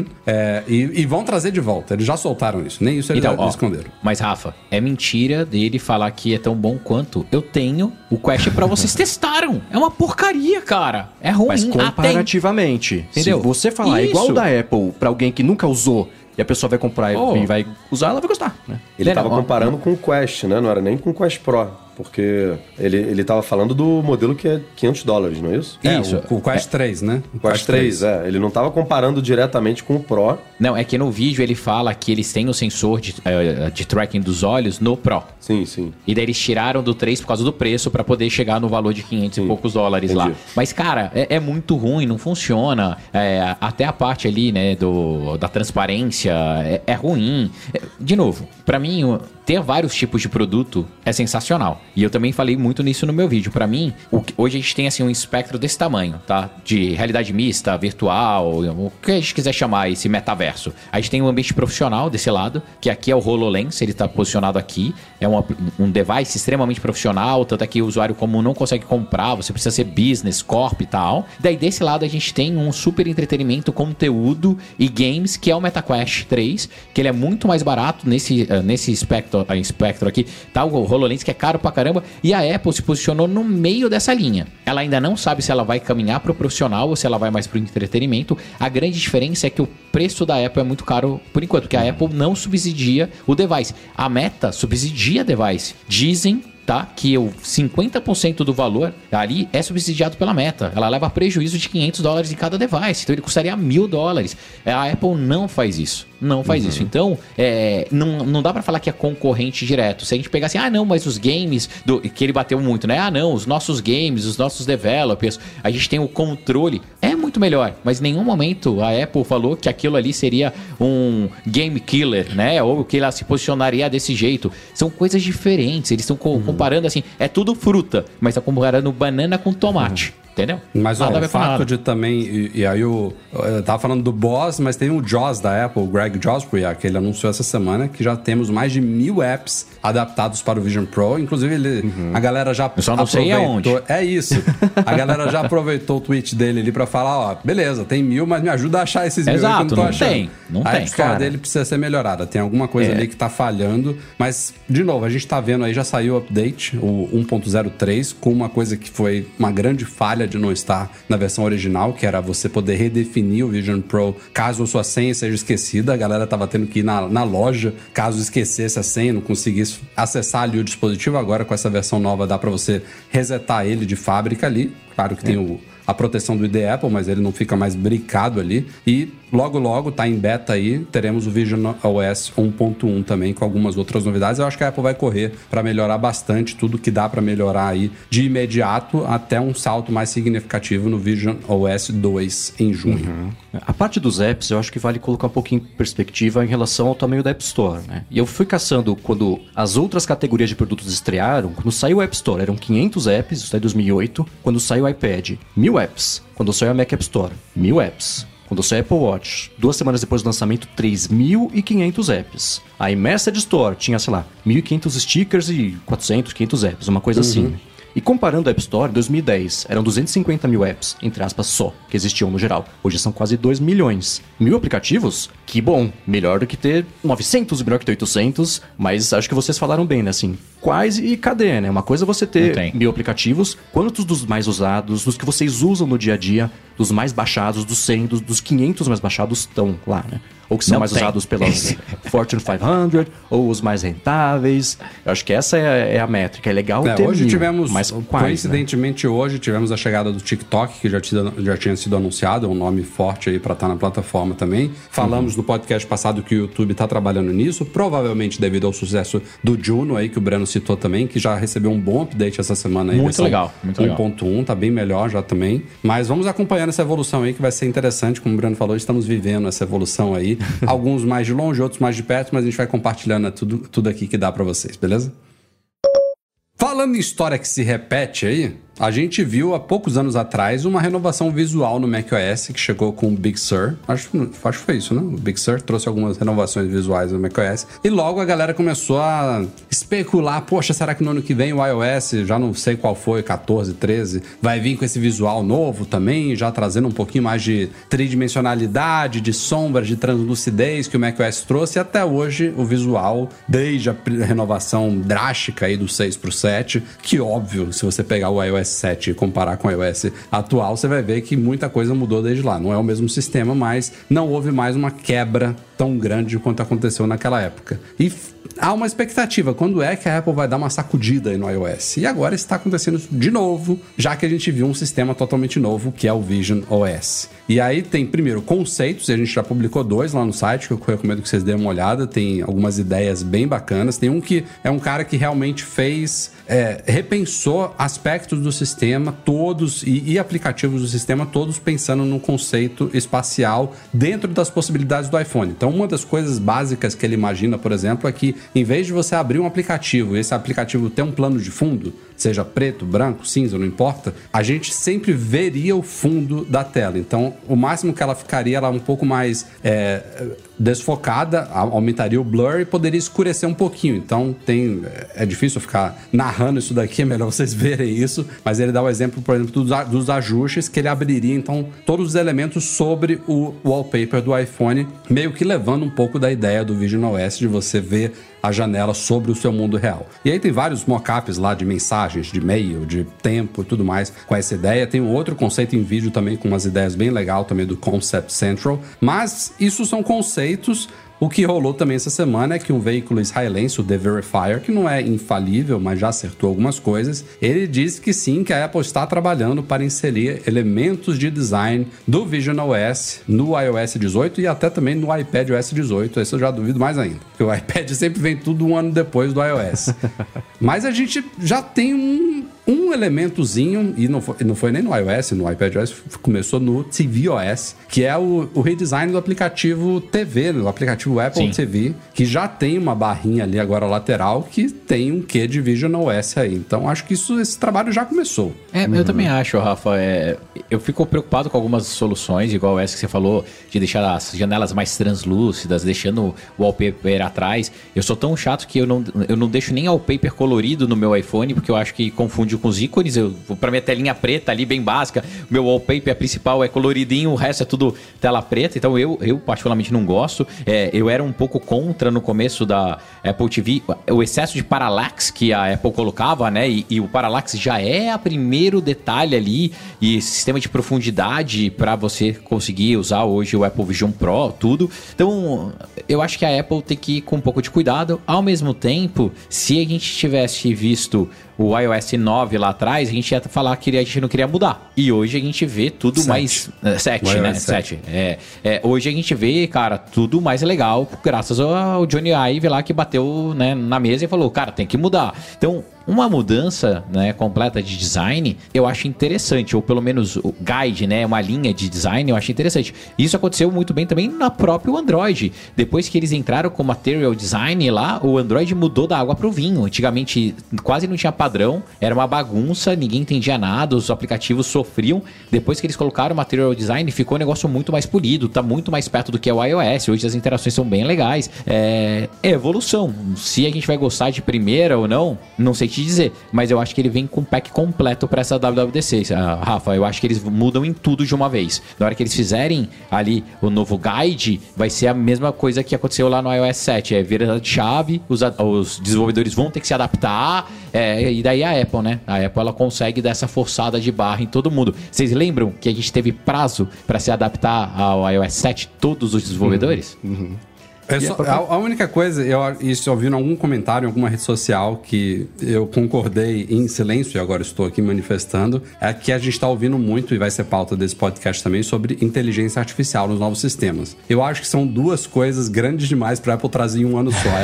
e vão trazer de volta. Eles já soltaram isso, nem isso eles esconderam. Mas, Rafa, é mentira dele falar que é tão bom quanto. Eu tenho o Quest Pro, vocês testaram. É uma porcaria, cara. É ruim. Mas comparativamente, entendeu? Se você falar igual da Apple pra alguém que nunca usou e a pessoa vai comprar e vai usar, ela vai gostar, né? Ele tava comparando com o Quest, né? Não era nem com o Quest Pro. Porque ele tava falando do modelo que é $500, não é isso? Isso. O Quest 3, né? O Quest 3, Ele não tava comparando diretamente com o Pro. Não, é que no vídeo ele fala que eles têm o sensor de tracking dos olhos no Pro. Sim, sim. E daí eles tiraram do 3 por causa do preço pra poder chegar no valor de 500 e poucos dólares lá. Mas, cara, é muito ruim, não funciona. Até a parte ali, né, da transparência é ruim. De novo, pra mim, ter vários tipos de produto é sensacional. E eu também falei muito nisso no meu vídeo. Pra mim, hoje a gente tem assim um espectro desse tamanho, tá? De realidade mista, virtual, o que a gente quiser chamar esse metaverso. A gente tem um ambiente profissional desse lado, que aqui é o HoloLens, ele tá posicionado aqui. É um device extremamente profissional, tanto é que o usuário comum não consegue comprar, você precisa ser business, corp e tal. Daí desse lado a gente tem um super entretenimento, conteúdo e games, que é o MetaQuest 3, que ele é muito mais barato nesse espectro aqui. Tá o HoloLens, que é caro pra caramba, e a Apple se posicionou no meio dessa linha. Ela ainda não sabe se ela vai caminhar pro profissional ou se ela vai mais pro entretenimento. A grande diferença é que o preço da Apple é muito caro por enquanto, porque a Apple não subsidia o device. A Meta subsidia device. Dizem, tá, que o 50% do valor ali é subsidiado pela Meta. Ela leva prejuízo de $500 em cada device. Então ele custaria $1.000. A Apple não faz isso. Não faz isso. Então, não dá pra falar que é concorrente direto. Se a gente pegar assim, não, mas os games, que ele bateu muito, né? Não, os nossos games, os nossos developers, a gente tem o controle. É muito melhor, mas em nenhum momento a Apple falou que aquilo ali seria um game killer, né? Ou que ela se posicionaria desse jeito. São coisas diferentes. Eles estão comparando assim, é tudo fruta, mas tá comparando banana com tomate. Entendeu? Mas o fato de também... E aí eu tava falando do Boss, mas tem o Joss da Apple, o Greg Josbury, que ele anunciou essa semana, que já temos mais de 1.000 apps adaptados para o Vision Pro. Inclusive, a galera já eu só não sei aonde. É isso. A galera já aproveitou o tweet dele ali pra falar, beleza, tem 1.000, mas me ajuda a achar esses 1.000 Exato, que eu não tô achando. Não a tem. A história dele precisa ser melhorada. Tem alguma coisa ali que tá falhando. Mas, de novo, a gente tá vendo aí, já saiu o update, o 1.03, com uma coisa que foi uma grande falha de não estar na versão original, que era você poder redefinir o Vision Pro caso a sua senha seja esquecida. A galera tava tendo que ir na loja caso esquecesse a senha, não conseguisse acessar ali o dispositivo. Agora, com essa versão nova, dá para você resetar ele de fábrica ali. Claro que tem a proteção do ID Apple, mas ele não fica mais brincado ali. E logo, tá em beta aí, teremos o Vision OS 1.1 também, com algumas outras novidades. Eu acho que a Apple vai correr para melhorar bastante tudo que dá para melhorar aí de imediato, até um salto mais significativo no Vision OS 2 em junho. A parte dos apps, eu acho que vale colocar um pouquinho em perspectiva em relação ao tamanho da App Store, né? E eu fui caçando quando as outras categorias de produtos estrearam. Quando saiu o App Store, eram 500 apps, isso é 2008. Quando saiu o iPad, 1.000 apps. Quando saiu a Mac App Store, 1.000 apps. Quando saiu o Apple Watch, 2 semanas depois do lançamento, 3.500 apps. A iMessage Store tinha, 1.500 stickers e 400, 500 apps, uma coisa assim. E comparando a App Store, em 2010, eram 250 mil apps, entre aspas, só, que existiam no geral. Hoje são quase 2 milhões. 1000 aplicativos? Que bom. Melhor do que ter 900, melhor que ter 800, mas acho que vocês falaram bem, né, assim, quais e cadê, né? Uma coisa é você ter 1000 aplicativos, quantos dos mais usados, dos que vocês usam no dia a dia, dos mais baixados, dos 100, dos 500 mais baixados estão lá, né? Ou que são mais usados pela Fortune 500, ou os mais rentáveis. Eu acho que essa é a métrica. É legal ter hoje 1000, tivemos, mas quais, coincidentemente, né? Hoje tivemos a chegada do TikTok, que já tinha sido anunciado, é um nome forte aí para estar na plataforma também. Falamos no podcast passado que o YouTube está trabalhando nisso, provavelmente devido ao sucesso do Juno aí, que o Breno citou também, que já recebeu um bom update essa semana aí. Muito legal, muito legal. 1.1, tá bem melhor já também. Mas vamos acompanhando essa evolução aí, que vai ser interessante. Como o Breno falou, estamos vivendo essa evolução aí. Alguns mais de longe, outros mais de perto, mas a gente vai compartilhando tudo aqui que dá pra vocês, beleza? Falando em história que se repete aí, a gente viu há poucos anos atrás uma renovação visual no macOS que chegou com o Big Sur. Acho que foi isso, né? O Big Sur trouxe algumas renovações visuais no macOS. E logo a galera começou a especular, poxa, será que no ano que vem o iOS, já não sei qual foi, 14, 13, vai vir com esse visual novo também, já trazendo um pouquinho mais de tridimensionalidade, de sombras, de translucidez que o macOS trouxe. E até hoje o visual, desde a renovação drástica aí do 6 pro 7, que óbvio, se você pegar o iOS 7 e comparar com o iOS atual, você vai ver que muita coisa mudou desde lá. Não é o mesmo sistema, mas não houve mais uma quebra tão grande quanto aconteceu naquela época. E há uma expectativa, quando é que a Apple vai dar uma sacudida aí no iOS? E agora está acontecendo isso de novo, já que a gente viu um sistema totalmente novo, que é o Vision OS. E aí tem, primeiro, conceitos, e a gente já publicou 2 lá no site, que eu recomendo que vocês dêem uma olhada, tem algumas ideias bem bacanas. Tem um que é um cara que realmente repensou aspectos do sistema, todos, e aplicativos do sistema, todos pensando no conceito espacial dentro das possibilidades do iPhone. Então, uma das coisas básicas que ele imagina, por exemplo, é que em vez de você abrir um aplicativo e esse aplicativo ter um plano de fundo, seja preto, branco, cinza, não importa, a gente sempre veria o fundo da tela. Então, o máximo que ela ficaria, ela um pouco mais desfocada, aumentaria o blur e poderia escurecer um pouquinho. Então, é difícil ficar narrando isso daqui, é melhor vocês verem isso, mas ele dá o exemplo, por exemplo, dos ajustes que ele abriria, então, todos os elementos sobre o wallpaper do iPhone, meio que levando um pouco da ideia do Vision OS de você ver a janela sobre o seu mundo real. E aí tem vários mockups lá de mensagens, de e-mail, de tempo e tudo mais com essa ideia. Tem um outro conceito em vídeo também com umas ideias bem legais também do Concept Central. Mas isso são conceitos. O que rolou também essa semana é que um veículo israelense, o The Verifier, que não é infalível, mas já acertou algumas coisas, ele disse que sim, que a Apple está trabalhando para inserir elementos de design do Vision OS no iOS 18 e até também no iPadOS 18. Esse eu já duvido mais ainda, porque o iPad sempre vem tudo um ano depois do iOS. Mas a gente já tem um elementozinho, e não foi nem no iOS, no iPadOS, começou no tvOS, que é o redesign do aplicativo TV, do aplicativo Apple TV, que já tem uma barrinha ali agora lateral que tem um quê de Vision OS aí. Então acho que esse trabalho já começou. Eu também acho, Rafa. Eu fico preocupado com algumas soluções, igual essa que você falou, de deixar as janelas mais translúcidas, deixando o wallpaper atrás. Eu sou tão chato que eu não deixo nem wallpaper colorido no meu iPhone, porque eu acho que confunde com os ícones. Eu vou pra minha telinha preta ali, bem básica. O meu wallpaper principal é coloridinho, o resto é tudo tela preta. Então eu particularmente não gosto. Eu era um pouco contra no começo da Apple TV o excesso de parallax que a Apple colocava, né? E o parallax já é o primeiro detalhe ali, e sistema de profundidade para você conseguir usar hoje o Apple Vision Pro, tudo. Então, eu acho que a Apple tem que ir com um pouco de cuidado. Ao mesmo tempo, se a gente tivesse visto o iOS 9 lá atrás, a gente ia falar que a gente não queria mudar. E hoje a gente vê tudo 7, né? 7. Hoje a gente vê, cara, tudo mais legal, graças ao Johnny Ive lá que bateu, né, na mesa e falou, cara, tem que mudar. Então, uma mudança, né, completa de design, eu acho interessante, ou pelo menos o guide, né, uma linha de design, eu acho interessante. Isso aconteceu muito bem também na própria Android. Depois que eles entraram com Material Design lá, o Android mudou da água pro vinho. Antigamente quase não tinha padrão, era uma bagunça, ninguém entendia nada, os aplicativos sofriam. Depois que eles colocaram o Material Design, ficou um negócio muito mais polido, tá muito mais perto do que é o iOS. Hoje as interações são bem legais. É evolução. Se a gente vai gostar de primeira ou não sei te te dizer. Mas eu acho que ele vem com um pack completo pra essa WWDC, Rafa. Eu acho que eles mudam em tudo de uma vez. Na hora que eles fizerem ali o novo guide, vai ser a mesma coisa que aconteceu lá no iOS 7. É virada de chave, os desenvolvedores vão ter que se adaptar. E daí a Apple, né? A Apple, ela consegue dar essa forçada de barra em todo mundo. Vocês lembram que a gente teve prazo pra se adaptar ao iOS 7, todos os desenvolvedores? A única coisa, eu ouvi em algum comentário, em alguma rede social, que eu concordei em silêncio, e agora estou aqui manifestando, é que a gente está ouvindo muito, e vai ser pauta desse podcast também, sobre inteligência artificial nos novos sistemas. Eu acho que são duas coisas grandes demais para a Apple trazer em um ano só.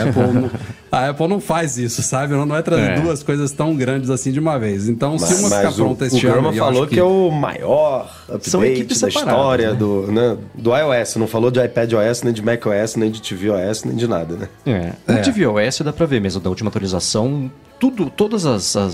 A Apple não faz isso, sabe? Não é trazer duas coisas tão grandes assim de uma vez. Então, se uma ficar pronta este ano... O Grama falou que é o maior update da história do iOS. Não falou de iPadOS, nem de macOS, nem de tvOS, nem de nada, né? O tvOS dá pra ver mesmo, da última atualização, todas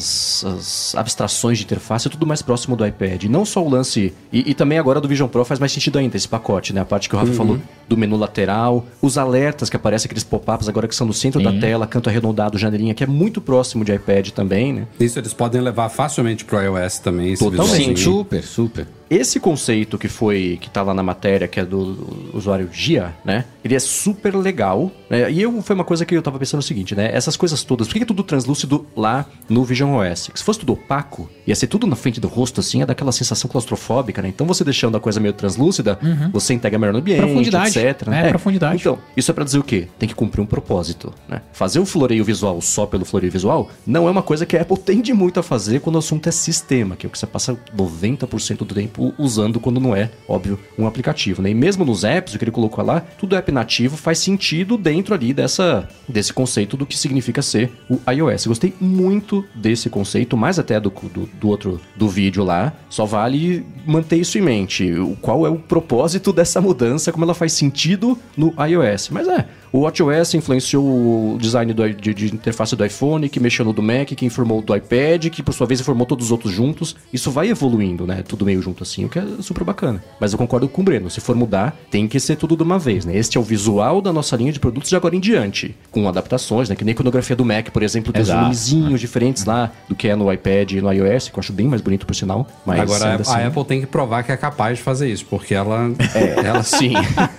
as abstrações de interface é tudo mais próximo do iPad. Não só o lance... E também agora do Vision Pro faz mais sentido ainda, esse pacote, né? A parte que o Rafa falou do menu lateral, os alertas que aparecem, aqueles pop-ups agora que são no centro da tela, canto arredondado, janelinha, que é muito próximo de iPad também, né? Isso eles podem levar facilmente pro iOS também. Totalmente. Sim, super. Esse conceito que tá lá na matéria, que é do usuário Gia, né? Ele é super legal, né? E foi uma coisa que eu tava pensando o seguinte, né? Essas coisas todas, por que é tudo translúcido lá no Vision OS? Se fosse tudo opaco, ia ser tudo na frente do rosto, assim, é daquela sensação claustrofóbica, né? Então você deixando a coisa meio translúcida, você integra melhor no ambiente, profundidade, etc. Né? Profundidade. Então, isso é pra dizer o quê? Tem que cumprir um propósito, né? Fazer o floreio visual só pelo floreio visual não é uma coisa que a Apple tende muito a fazer quando o assunto é sistema, que é o que você passa 90% do tempo usando quando não é, óbvio, um aplicativo, né? E mesmo nos apps, o que ele colocou lá, tudo app nativo faz sentido dentro ali desse conceito do que significa ser o iOS. Eu gostei muito desse conceito, mais até do outro do vídeo lá. Só vale manter isso em mente. Qual é o propósito dessa mudança, como ela faz sentido no iOS. Mas o WatchOS influenciou o design de interface do iPhone, que mexeu no do Mac, que informou do iPad, que por sua vez informou todos os outros juntos. Isso vai evoluindo, né? Tudo meio junto assim, o que é super bacana. Mas eu concordo com o Breno, se for mudar, tem que ser tudo de uma vez, né? Este é o visual da nossa linha de produtos de agora em diante, com adaptações, né? Que nem a iconografia do Mac, por exemplo, tem os volumezinhos diferentes lá do que é no iPad e no iOS, que eu acho bem mais bonito, por sinal. Mas agora, assim, a Apple tem que provar que é capaz de fazer isso, porque ela sim.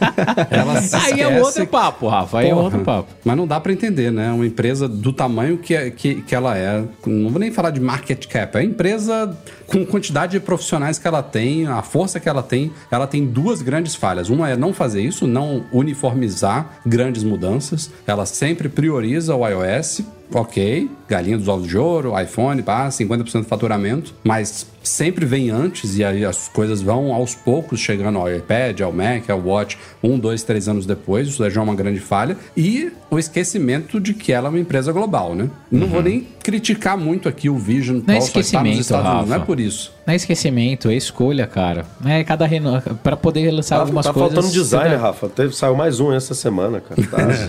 ela se Aí é outro papo, Rafa, aí é outro papo. Mas não dá pra entender, né? Uma empresa do tamanho que ela é, não vou nem falar de market cap, é a empresa com quantidade de profissionais que ela tem, a força que ela tem duas grandes falhas. Uma é não fazer isso, não uniformizar grandes mudanças. Ela sempre prioriza o iOS, ok, galinha dos ovos de ouro, iPhone, 50% do faturamento, mas sempre vem antes e aí as coisas vão aos poucos chegando ao iPad, ao Mac, ao Watch, 1, 2, 3 anos depois. Isso já é uma grande falha. E o esquecimento de que ela é uma empresa global, né? Não vou nem criticar muito aqui o Vision Pro, só está nos Estados Unidos, não é por isso. Não é esquecimento, é escolha, cara. Pra poder lançar algumas coisas... Tá faltando design, Rafa. Saiu mais um essa semana, cara.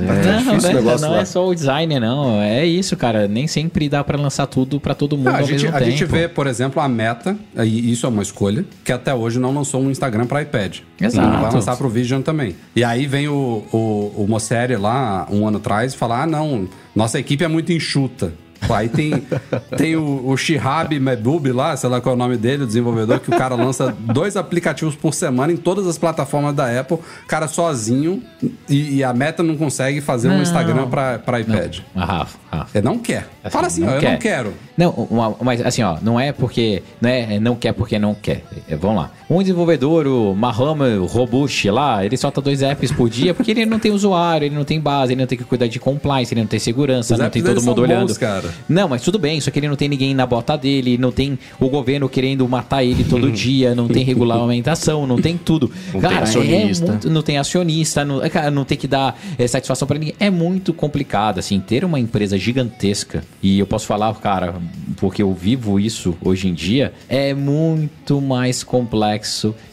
Não é só o design, não. É isso, cara. Nem sempre dá pra lançar tudo pra todo mundo ao mesmo tempo. A gente vê, por exemplo, a Meta, e isso é uma escolha, que até hoje não lançou um Instagram pra iPad. Exato. Não vai lançar pro Vision também. E aí vem o Mosseri lá, um ano atrás, e fala, não, nossa equipe é muito enxuta. Aí tem o Shihab Mehboob lá, sei lá qual é o nome dele, o desenvolvedor, que o cara lança 2 aplicativos por semana em todas as plataformas da Apple, cara sozinho, e a Meta não consegue fazer um Instagram pra iPad. Rafa. Ele não quer. Fala assim, eu não quero. Não, mas assim, ó, não é porque... Não quer porque não quer. Vamos lá. Um desenvolvedor, o Mohamed Robush lá, ele solta 2 apps por dia porque ele não tem usuário, ele não tem base, ele não tem que cuidar de compliance, ele não tem segurança, não tem todo mundo olhando. Bons, cara. Não, mas tudo bem, só que ele não tem ninguém na bota dele, não tem o governo querendo matar ele todo dia, não tem regulamentação, não tem tudo. Não tem acionista. Não tem acionista, não tem que dar satisfação pra ninguém. É muito complicado, assim, ter uma empresa gigantesca, e eu posso falar, cara, porque eu vivo isso hoje em dia, é muito mais complexo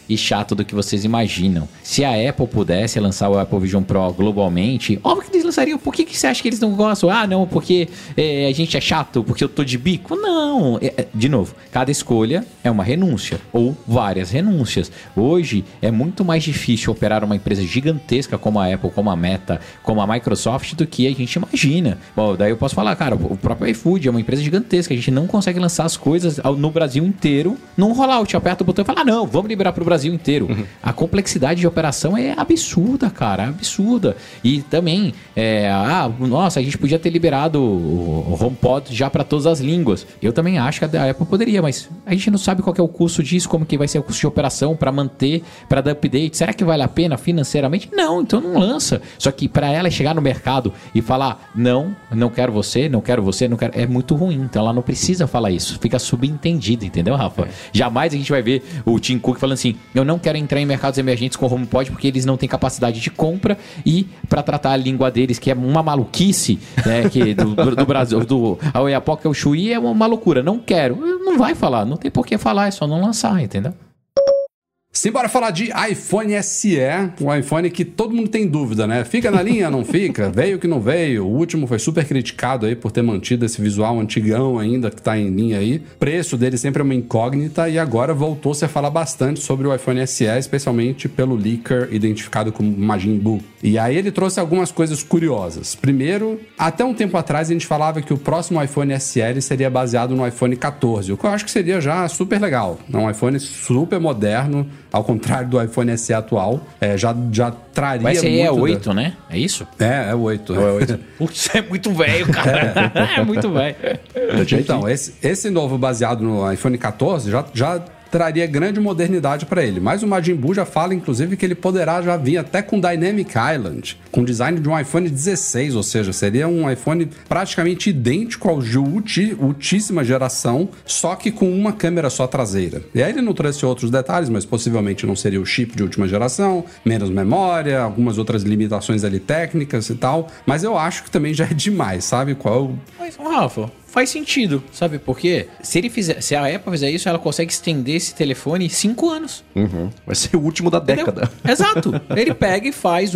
e chato do que vocês imaginam. Se a Apple pudesse lançar o Apple Vision Pro globalmente, óbvio que eles lançariam. Por que você acha que eles não gostam? Ah, não, porque a gente é chato, porque eu tô de bico? Não. De novo, cada escolha é uma renúncia ou várias renúncias. Hoje é muito mais difícil operar uma empresa gigantesca como a Apple, como a Meta, como a Microsoft do que a gente imagina. Bom, daí eu posso falar, cara, o próprio iFood é uma empresa gigantesca, a gente não consegue lançar as coisas no Brasil inteiro num rollout. Aperta o botão e fala, não, vamos liberar pro Brasil inteiro. A complexidade de operação é absurda, cara, é absurda. E também, nossa, a gente podia ter liberado o HomePod já para todas as línguas. Eu também acho que a Apple poderia, mas a gente não sabe qual que é o custo disso, como que vai ser o custo de operação para manter, para dar update. Será que vale a pena financeiramente? Não, então não lança. Só que para ela chegar no mercado e falar, não quero você, não quero você, não quero... É muito ruim. Então ela não precisa falar isso. Fica subentendido, entendeu, Rafa? Jamais a gente vai ver o Tim Cook falando assim, eu não quero entrar em mercados emergentes com HomePod porque eles não têm capacidade de compra e para tratar a língua deles, que é uma maluquice, né, que do Brasil, a Oiapoque, o Chuí é uma loucura. Não quero. Não vai falar. Não tem por que falar. É só não lançar, entendeu? Simbora falar de iPhone SE, um iPhone que todo mundo tem dúvida, né? Fica na linha, não fica? Veio que não veio? O último foi super criticado aí por ter mantido esse visual antigão ainda, que tá em linha aí. O preço dele sempre é uma incógnita e agora voltou-se a falar bastante sobre o iPhone SE, especialmente pelo leaker identificado como Majin Buu. E aí ele trouxe algumas coisas curiosas. Primeiro, até um tempo atrás a gente falava que o próximo iPhone SE seria baseado no iPhone 14, o que eu acho que seria já super legal. É um iPhone super moderno, ao contrário do iPhone SE atual, já traria Vai ser muito... 8, né? É isso? É 8. É 8. Putz, é muito velho, cara. É muito velho. Então, esse novo baseado no iPhone 14 já traria grande modernidade para ele. Mas o Majin Buu já fala, inclusive, que ele poderá já vir até com Dynamic Island, com design de um iPhone 16, ou seja, seria um iPhone praticamente idêntico ao de ultíssima geração, só que com uma câmera só traseira. E aí ele não trouxe outros detalhes, mas possivelmente não seria o chip de última geração, menos memória, algumas outras limitações ali técnicas e tal, mas eu acho que também já é demais, sabe? Mas, Rafa, faz sentido, sabe por quê? Se a Apple fizer isso, ela consegue estender esse telefone 5 anos. Vai ser o último da década. Exato. Ele pega e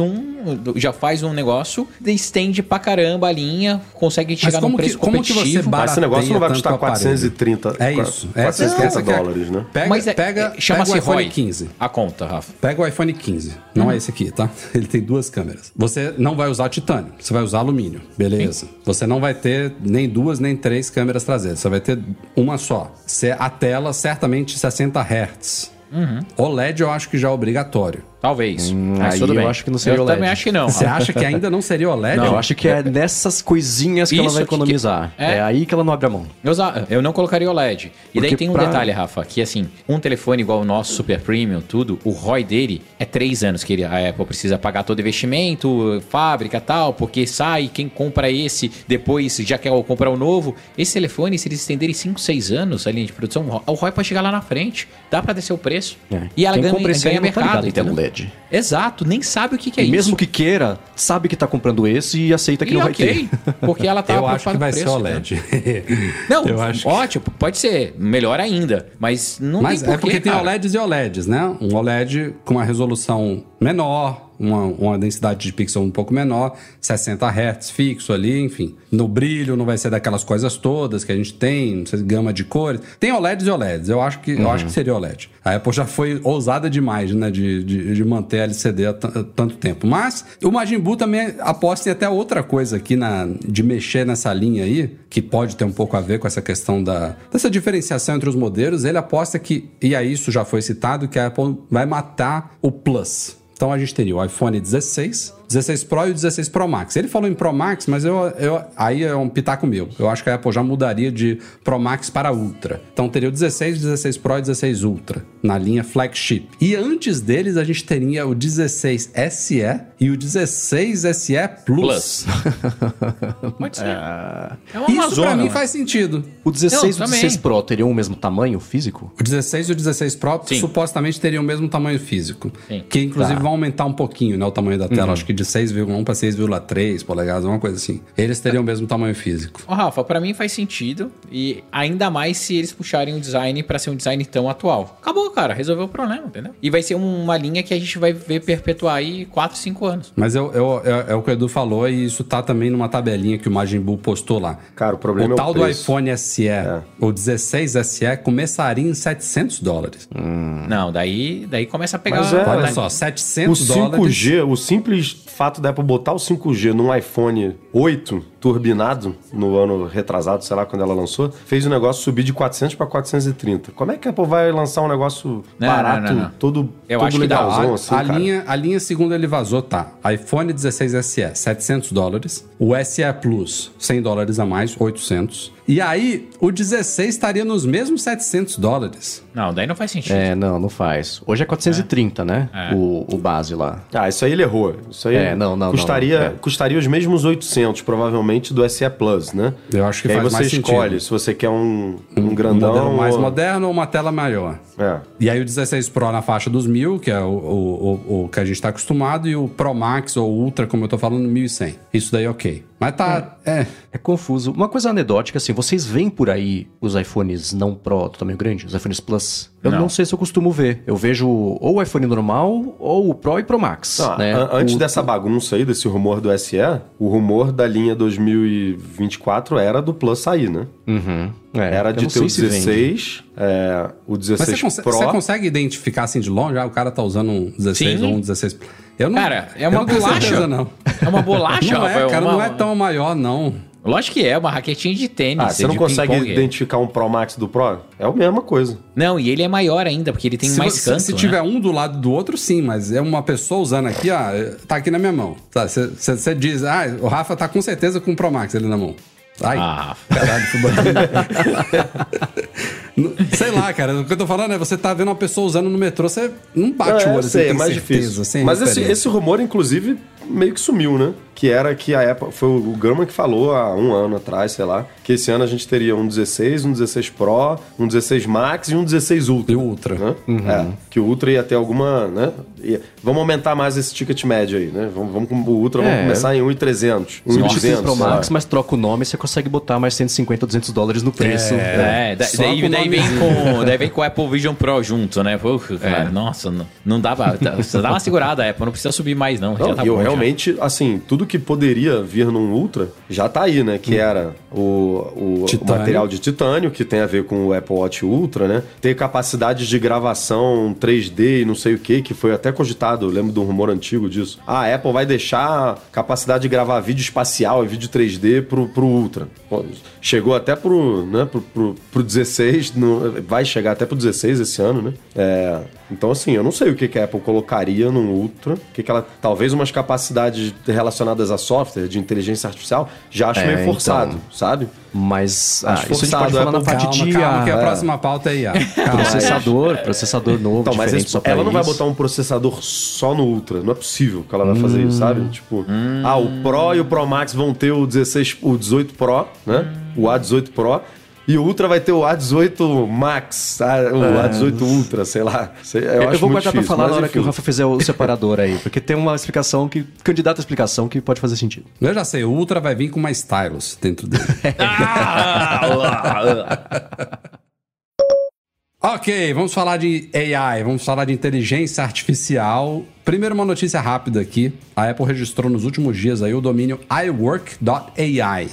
já faz um negócio, estende pra caramba a linha, consegue chegar num preço competitivo. Como que você mas esse negócio não vai custar 430 É isso. 430 dólares, né? Pega o iPhone 15. A conta, Rafa. Pega o iPhone 15. Não é esse aqui, tá? Ele tem 2 câmeras. Você não vai usar titânio, você vai usar alumínio. Beleza. Sim. Você não vai ter nem 2, nem 3 câmeras traseiras. Você vai ter uma só. A tela, certamente 60 Hz. OLED eu acho que já é obrigatório. Talvez. Mas tudo bem. Eu acho que não seria OLED. Eu também acho que não. Você acha que ainda não seria OLED? Não, eu acho que é nessas coisinhas que ela vai economizar. É aí que ela não abre a mão. Eu não colocaria OLED. E daí tem um detalhe, Rafa, que assim, um telefone igual o nosso, Super Premium, tudo, o ROI dele é 3 anos que a Apple precisa pagar todo investimento, fábrica e tal, porque sai, quem compra esse, depois já quer comprar o novo. Esse telefone, se eles estenderem 5, 6 anos a linha de produção, o ROI pode chegar lá na frente. Dá pra descer o preço. E ela ganha mercado, entendeu? LED. Exato, nem sabe o que é e isso. Mesmo que queira, sabe que tá comprando esse e aceita que não vai ter. Porque ela tá eu acho que vai preço, ser OLED. Né? Não, ótimo, pode ser, melhor ainda, mas não tem porquê, porque tem cara. OLEDs e OLEDs, né? Um OLED com uma resolução menor, uma densidade de pixel um pouco menor, 60 Hz fixo ali, enfim. No brilho não vai ser daquelas coisas todas que a gente tem, não sei, gama de cores. Tem OLEDs e OLEDs, eu acho que seria OLED. A Apple já foi ousada demais, né, de manter a LCD há tanto tempo. Mas o Majin Buu também aposta em até outra coisa aqui de mexer nessa linha aí, que pode ter um pouco a ver com essa questão dessa diferenciação entre os modelos. Ele aposta que, e aí isso já foi citado, que a Apple vai matar o Plus. Então a gente teria o iPhone 16, 16 Pro e o 16 Pro Max. Ele falou em Pro Max, mas aí é um pitaco meu. Eu acho que a Apple já mudaria de Pro Max para Ultra. Então teria o 16, 16 Pro e 16 Ultra na linha flagship. E antes deles a gente teria o 16 SE e o 16 SE Plus. Pode ser. Isso pra mim faz sentido. O 16 e o 16 Pro teriam o mesmo tamanho físico? O 16 e o 16 Pro supostamente teriam o mesmo tamanho físico. Sim. Que inclusive vai aumentar um pouquinho, né, o tamanho da tela. Acho que de 6,1 para 6,3 polegadas, uma coisa assim. Eles teriam o mesmo tamanho físico. Ô, Rafa, pra mim faz sentido. E ainda mais se eles puxarem o design pra ser um design tão atual. Acabou, cara. Resolveu o problema, entendeu? E vai ser uma linha que a gente vai ver perpetuar aí 4, 5 anos. Mas é o que o Edu falou e isso tá também numa tabelinha que o Majin Buu postou lá. Cara, o problema o é tal o do preço. iPhone SE, o 16 SE, começaria em $700. Não, daí começa a pegar... Mas é, Olha tá- só, O $700. 5G, o simples fato da Apple botar o 5G num iPhone 8 turbinado no ano retrasado, sei lá, quando ela lançou, fez o negócio subir de 400 para 430. Como é que a Apple vai lançar um negócio barato, não. todo Eu acho que dá. legalzão assim, cara? A linha, segundo ele vazou, tá. iPhone 16 SE, $700. O SE Plus, $100 a mais, 800. E aí, o 16 estaria nos mesmos $700. Não, daí não faz sentido. Não faz. Hoje é 430, né? O base lá. Ah, isso aí ele errou. Isso aí não. custaria os mesmos 800, provavelmente, do SE Plus, né? Eu acho que aí faz você mais escolhe sentido. se você quer um grandão modelo mais ou... moderno ou uma tela maior. É. E aí o 16 Pro na faixa dos 1.000, que é o que a gente tá acostumado, e o Pro Max ou Ultra, como eu tô falando, 1.100. Isso daí ok. Mas tá... É confuso. Uma coisa anedótica, assim, vocês veem por aí os iPhones não Pro do tamanho grande, os iPhones Plus? Eu não sei se eu costumo ver. Eu vejo ou o iPhone normal ou o Pro e Pro Max. Né? Antes dessa bagunça aí, desse rumor do SE, o rumor da linha 2024 era do Plus sair, né? Era de ter o 16, o 16 Mas Pro. você consegue identificar assim de longe? Ah, o cara tá usando um 16 Sim. ou um 16... Eu não, Cara, é eu uma não tenho bolacha. certeza, não. É uma bolacha, Não Rafael, é, cara, uma- não é tão maior, não. Lógico que é, uma raquetinha de tênis. Ah, você não de consegue ping-pong. identificar um Pro Max do Pro? É a mesma coisa. Não, e ele é maior ainda, porque ele tem mais Se canto, né? tiver um do lado do outro, sim, mas é uma pessoa usando aqui, ó, tá aqui na minha mão. Você diz, o Rafa tá com certeza com o Pro Max ali na mão. Ai, caralho, fui sei lá, cara, o que eu tô falando é você tá vendo uma pessoa usando no metrô, você não bate o olho, você sei, tem é mais certeza, difícil. sem Mas referência. esse rumor, inclusive, meio que sumiu, né? Que era que a Apple... Foi o Gurman que falou há um ano atrás, sei lá, que esse ano a gente teria um 16, um 16 Pro, um 16 Max e um 16 Ultra. E o Ultra. Né? Que o Ultra ia ter alguma... né? Vamos aumentar mais esse ticket médio aí, né? Vamos com o Ultra, vamos começar em 1.300, Substitui 1.200. o Pro Max, mas troca o nome e você consegue botar mais $150, $200 no preço. Só Daí com daí vem com o Apple Vision Pro junto, né? Pô, cara, nossa, não dá pra... Você dá uma segurada, Apple, não precisa subir mais, não. Não, já tá e eu bom, já. realmente, assim, tudo que poderia vir num Ultra já tá aí, né? Que era o Titânio. material de titânio, que tem a ver com o Apple Watch Ultra, né? Ter capacidade de gravação 3D e não sei o que foi até cogitado, eu lembro de um rumor antigo disso. A Apple vai deixar capacidade de gravar vídeo espacial e vídeo 3D pro Ultra. Pô, chegou até pro 16, vai chegar até pro 16 esse ano, né? Então, assim, eu não sei o que a Apple colocaria num Ultra, talvez umas capacidades relacionadas a software, de inteligência artificial, já acho meio forçado, sabe? Mas Acho isso a gente pode forçado, falar na Apple. parte de Calma, que a próxima pauta é IA. processador novo, Então, mas diferente só pra ela não vai isso. botar um processador só no Ultra. Não é possível que ela vai fazer isso, sabe? Tipo, o Pro e o Pro Max vão ter o 18 Pro, né? O A18 Pro. E o Ultra vai ter o A18 Max, o A18 Ultra, sei lá. Eu vou guardar pra falar mas na hora que o enfim. Rafa fizer o separador aí, porque tem uma explicação candidata à explicação que pode fazer sentido. Eu já sei, o Ultra vai vir com uma stylus dentro dele. Ok, vamos falar de AI, vamos falar de inteligência artificial. Primeiro, uma notícia rápida aqui. A Apple registrou nos últimos dias aí o domínio iWork.ai.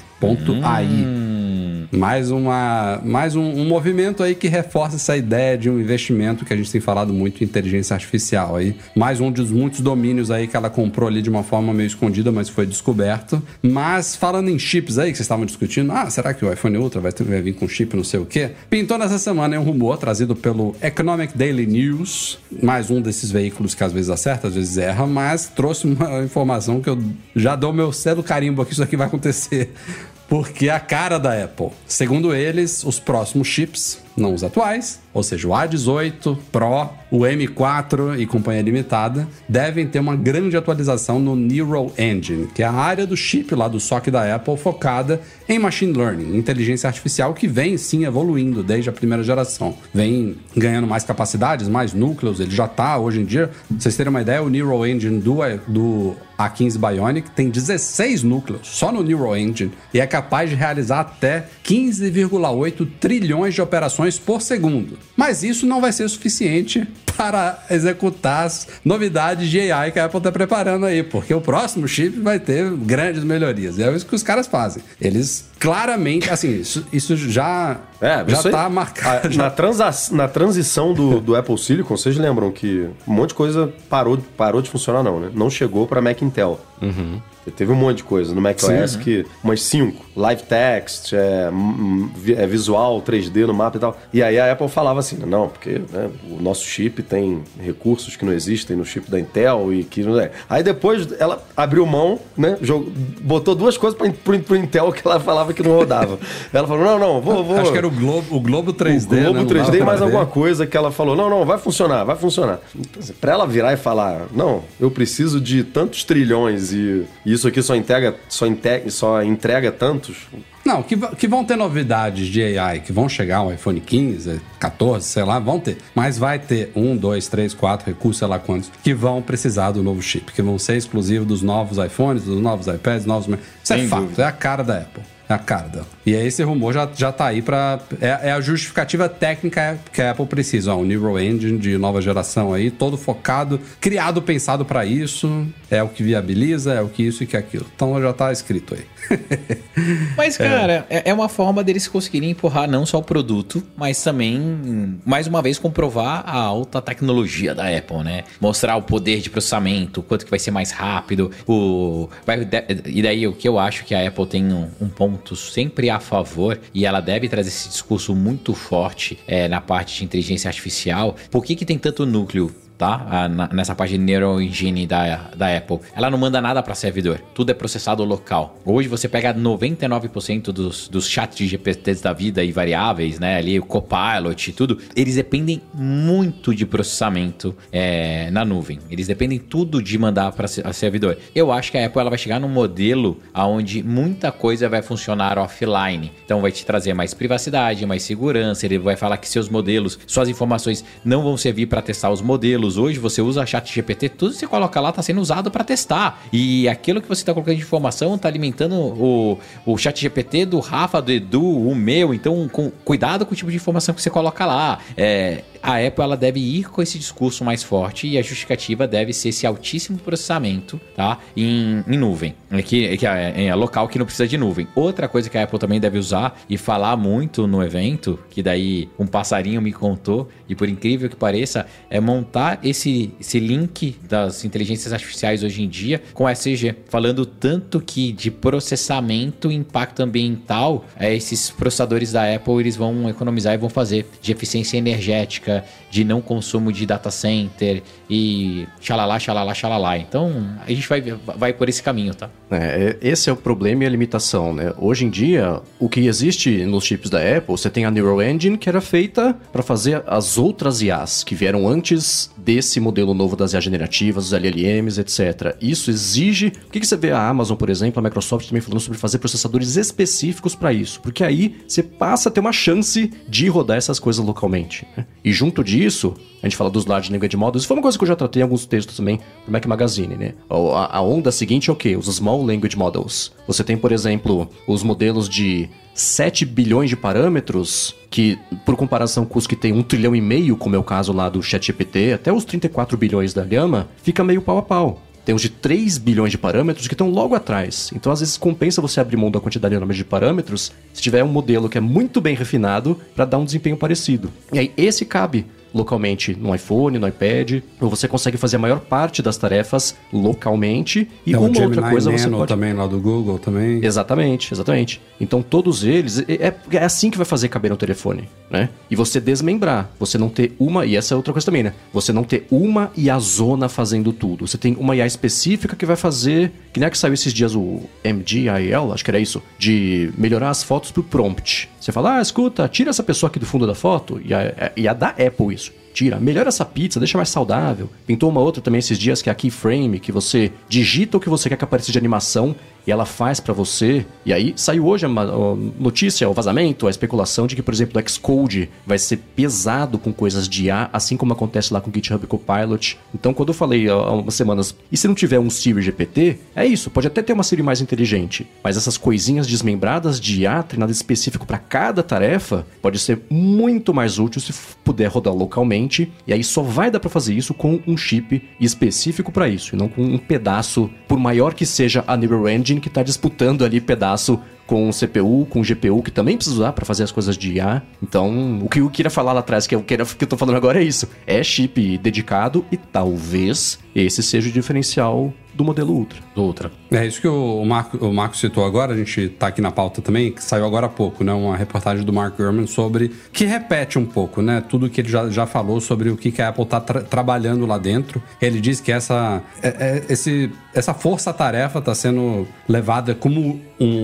Mais um movimento aí que reforça essa ideia de um investimento que a gente tem falado muito em inteligência artificial aí. Mais um dos muitos domínios aí que ela comprou ali de uma forma meio escondida, mas foi descoberto. Mas falando em chips aí que vocês estavam discutindo, será que o iPhone Ultra vai vir com chip não sei o quê? Pintou nessa semana um rumor trazido pelo Economic Daily News, mais um desses veículos que às vezes acerta, às vezes erra, mas trouxe uma informação que eu já dou meu selo carimbo aqui, isso aqui vai acontecer. Porque a cara da Apple. Segundo eles, os próximos chips não os atuais, ou seja, o A18 Pro, o M4 e companhia limitada, devem ter uma grande atualização no Neural Engine, que é a área do chip lá do SoC da Apple focada em Machine Learning, inteligência artificial, que vem sim evoluindo desde a primeira geração. Vem ganhando mais capacidades, mais núcleos, ele já está hoje em dia. Pra vocês terem uma ideia, o Neural Engine do A15 Bionic tem 16 núcleos só no Neural Engine e é capaz de realizar até 15,8 trilhões de operações por segundo. Mas isso não vai ser suficiente para executar as novidades de AI que a Apple está preparando aí, porque o próximo chip vai ter grandes melhorias. E é isso que os caras fazem. Eles claramente, assim, isso já está marcado. Na transição do Apple Silicon, vocês lembram que um monte de coisa parou de funcionar, não, né? Não chegou para Mac Intel. Uhum. Teve um monte de coisa no macOS que umas 5, live text, visual, 3D no mapa e tal. E aí a Apple falava assim, não, porque né, o nosso chip tem recursos que não existem no chip da Intel e que não é. Aí depois ela abriu mão, né, botou duas coisas pro Intel que ela falava que não rodava. Ela falou, não, vou... Acho que era o Globo 3D, o Globo né? 3D e mais alguma coisa que ela falou, não, vai funcionar. Pra ela virar e falar, não, eu preciso de tantos trilhões e isso aqui só entrega tantos. Não, que vão ter novidades de AI, que vão chegar um iPhone 15, 14, sei lá, vão ter. Mas vai ter 1, 2, 3, 4 recursos, sei lá quantos, que vão precisar do novo chip, que vão ser exclusivos dos novos iPhones, dos novos iPads, novos... Isso é fato, é a cara da Apple. É a cara dela. E aí esse rumor já tá aí pra... É a justificativa técnica que a Apple precisa. Ó, o Neural Engine de nova geração aí, todo focado, criado, pensado pra isso. É o que viabiliza, é o que isso e que aquilo. Então já tá escrito aí. Mas, cara, é uma forma deles conseguirem empurrar não só o produto, mas também, mais uma vez, comprovar a alta tecnologia da Apple, né? Mostrar o poder de processamento, quanto que vai ser mais rápido. E daí o que eu acho que a Apple tem um ponto sempre a favor, e ela deve trazer esse discurso muito forte na parte de inteligência artificial. Por que tem tanto núcleo? Tá? Nessa parte de Neural Engine da Apple. Ela não manda nada para servidor. Tudo é processado local. Hoje você pega 99% dos chats de GPTs da vida e variáveis, né? Ali o Copilot e tudo. Eles dependem muito de processamento na nuvem. Eles dependem tudo de mandar para servidor. Eu acho que a Apple ela vai chegar num modelo onde muita coisa vai funcionar offline. Então vai te trazer mais privacidade, mais segurança. Ele vai falar que seus modelos, suas informações não vão servir para testar os modelos. Hoje você usa ChatGPT, tudo que você coloca lá está sendo usado para testar. E aquilo que você está colocando de informação está alimentando o ChatGPT do Rafa, do Edu, o meu. Então, cuidado com o tipo de informação que você coloca lá. A Apple ela deve ir com esse discurso mais forte e a justificativa deve ser esse altíssimo processamento, tá? Em nuvem. Que é local que não precisa de nuvem. Outra coisa que a Apple também deve usar e falar muito no evento, que daí um passarinho me contou, e por incrível que pareça, é montar esse link das inteligências artificiais hoje em dia com a SCG, falando tanto que de processamento e impacto ambiental, esses processadores da Apple eles vão economizar e vão fazer de eficiência energética, de não consumo de data center e xalala. Então a gente vai por esse caminho, tá? Esse é o problema e a limitação, né? Hoje em dia, o que existe nos chips da Apple, você tem a Neural Engine que era feita para fazer as outras IAs que vieram antes desse modelo novo das IA generativas, os LLMs, etc. Isso exige... O que você vê a Amazon, por exemplo, a Microsoft também falando sobre fazer processadores específicos para isso? Porque aí você passa a ter uma chance de rodar essas coisas localmente, né? E junto disso, a gente fala dos Large Language Models, isso foi uma coisa que eu já tratei em alguns textos também no Mac Magazine, né? A onda seguinte é o quê? Os Small Language Models. Você tem, por exemplo, os modelos de 7 bilhões de parâmetros, que, por comparação com os que tem 1,5 trilhão, como é o caso lá do ChatGPT, até os 34 bilhões da Llama, fica meio pau a pau. Tem os de 3 bilhões de parâmetros que estão logo atrás. Então, às vezes, compensa você abrir mão da quantidade enorme de parâmetros se tiver um modelo que é muito bem refinado para dar um desempenho parecido. E aí, esse cabe localmente no iPhone, no iPad, ou você consegue fazer a maior parte das tarefas localmente, e uma outra coisa você pode... também, lá do Google também. Exatamente. Então todos eles, é assim que vai fazer caber no telefone, né? E você desmembrar, você não ter uma, e essa é outra coisa também, né? Você não ter uma IAzona fazendo tudo. Você tem uma IA específica que vai fazer, que nem a que saiu esses dias o MGIL, acho que era isso, de melhorar as fotos pro prompt. Você fala, escuta, tira essa pessoa aqui do fundo da foto, e a da Apple isso. Tira, melhora essa pizza, deixa mais saudável. Pintou uma outra também esses dias que é a Keyframe, que você digita o que você quer que apareça de animação e ela faz pra você. E aí saiu hoje a notícia, o vazamento, a especulação de que, por exemplo, o Xcode vai ser pesado com coisas de IA, assim como acontece lá com o GitHub Copilot. Então, quando eu falei há umas semanas, e se não tiver um Siri GPT, é isso, pode até ter uma Siri mais inteligente, mas essas coisinhas desmembradas de IA, treinado específico para cada tarefa, pode ser muito mais útil se puder rodar localmente. E aí só vai dar para fazer isso com um chip específico para isso, e não com um pedaço, por maior que seja a Neural Engine, que está disputando ali pedaço com o CPU, com o GPU, que também precisa usar para fazer as coisas de IA. Então, o que eu queria falar lá atrás, que eu tô falando agora é isso. É chip dedicado e talvez esse seja o diferencial do modelo Ultra. É isso que o Marco citou agora, a gente tá aqui na pauta também, que saiu agora há pouco, né? Uma reportagem do Mark Gurman sobre... que repete um pouco, né? Tudo que ele já falou sobre o que a Apple tá trabalhando lá dentro. Ele diz que essa força-tarefa tá sendo levada como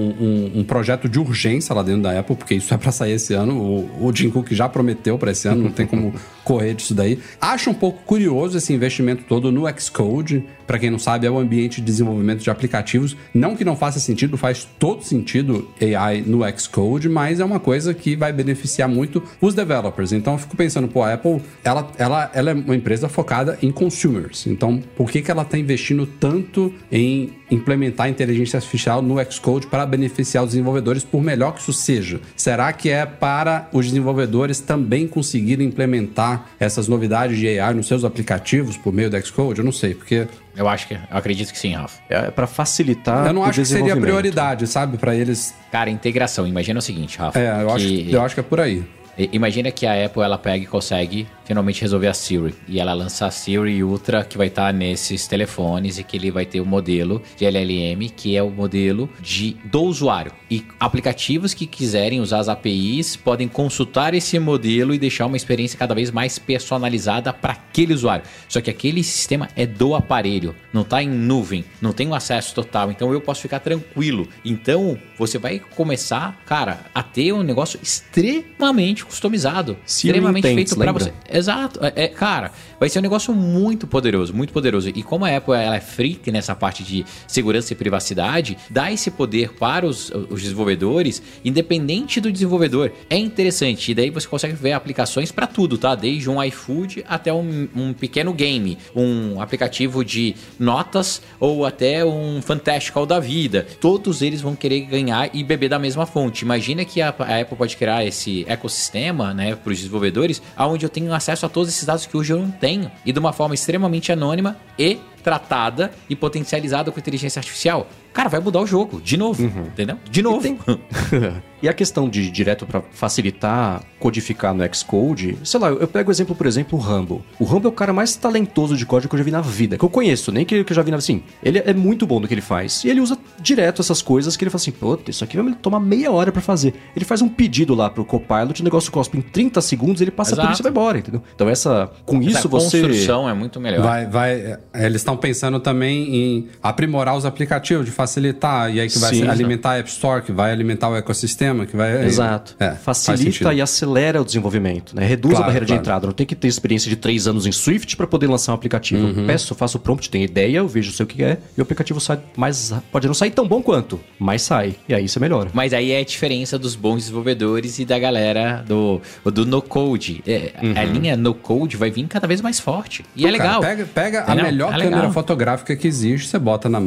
um projeto de urgência lá dentro da Apple, porque isso é pra sair esse ano. O Tim Cook já prometeu pra esse ano, não tem como correr disso daí. Acho um pouco curioso esse investimento todo no Xcode. Pra quem não sabe, é o ambiente de desenvolvimento de aplicativos. Não que não faça sentido, faz todo sentido AI no Xcode, mas é uma coisa que vai beneficiar muito os developers. Então eu fico pensando, a Apple, ela é uma empresa focada em consumers. Então, por que ela tá investindo tanto em implementar a inteligência artificial no Xcode para beneficiar os desenvolvedores, por melhor que isso seja? Será que é para os desenvolvedores também conseguirem implementar essas novidades de AI nos seus aplicativos por meio do Xcode? Eu não sei, porque... Eu acredito que sim, Rafa. É para facilitar. Eu não acho que seria prioridade, sabe, para eles. Cara, integração. Imagina o seguinte, Rafa. Eu acho que é por aí. Imagina que a Apple ela pega e consegue finalmente resolver a Siri. E ela lança a Siri Ultra, que vai estar nesses telefones, e que ele vai ter o modelo de LLM, que é o modelo do usuário. E aplicativos que quiserem usar as APIs podem consultar esse modelo e deixar uma experiência cada vez mais personalizada para aquele usuário. Só que aquele sistema é do aparelho, não está em nuvem, não tem um acesso total. Então eu posso ficar tranquilo. Então você vai começar, cara, a ter um negócio extremamente customizado, extremamente feito para você. Exato. Cara, vai ser um negócio muito poderoso, muito poderoso. E como a Apple ela é freak nessa parte de segurança e privacidade, dá esse poder para os desenvolvedores, independente do desenvolvedor. É interessante. E daí você consegue ver aplicações para tudo, tá? Desde um iFood até um pequeno game, um aplicativo de notas ou até um Fantastical da vida. Todos eles vão querer ganhar e beber da mesma fonte. Imagina que a Apple pode criar esse ecossistema, né, para os desenvolvedores, onde eu tenho acesso a todos esses dados que hoje eu não tenho, e de uma forma extremamente anônima e tratada e potencializada com inteligência artificial. Cara, vai mudar o jogo, de novo, entendeu? De novo. E a questão de direto para facilitar, codificar no Xcode, sei lá, eu pego o exemplo, por exemplo, o Rumble. O Rumble é o cara mais talentoso de código que eu já vi na vida, que eu conheço, nem que eu já vi na vida, assim. Ele é muito bom no que ele faz. E ele usa direto essas coisas que ele fala assim, pô, isso aqui vai me tomar meia hora para fazer. Ele faz um pedido lá pro Copilot, o negócio cospe em 30 segundos, ele passa por isso e vai embora, entendeu? Então com isso você... A construção é muito melhor. Eles estão pensando também em aprimorar os aplicativos, de facilitar, e aí que vai alimentar a App Store, que vai alimentar o ecossistema, que vai... Exato. Facilita e acelera o desenvolvimento, né? Reduz a barreira de entrada. Não tem que ter experiência de 3 anos em Swift para poder lançar um aplicativo. Eu faço o prompt, tenho ideia, eu vejo sei o que é, e o aplicativo sai mais... Pode não sair tão bom quanto, mas sai. E aí você melhora. Mas aí é a diferença dos bons desenvolvedores e da galera do no-code. A linha no-code vai vir cada vez mais forte. E é legal. Pega a melhor câmera fotográfica que existe, você bota na mão.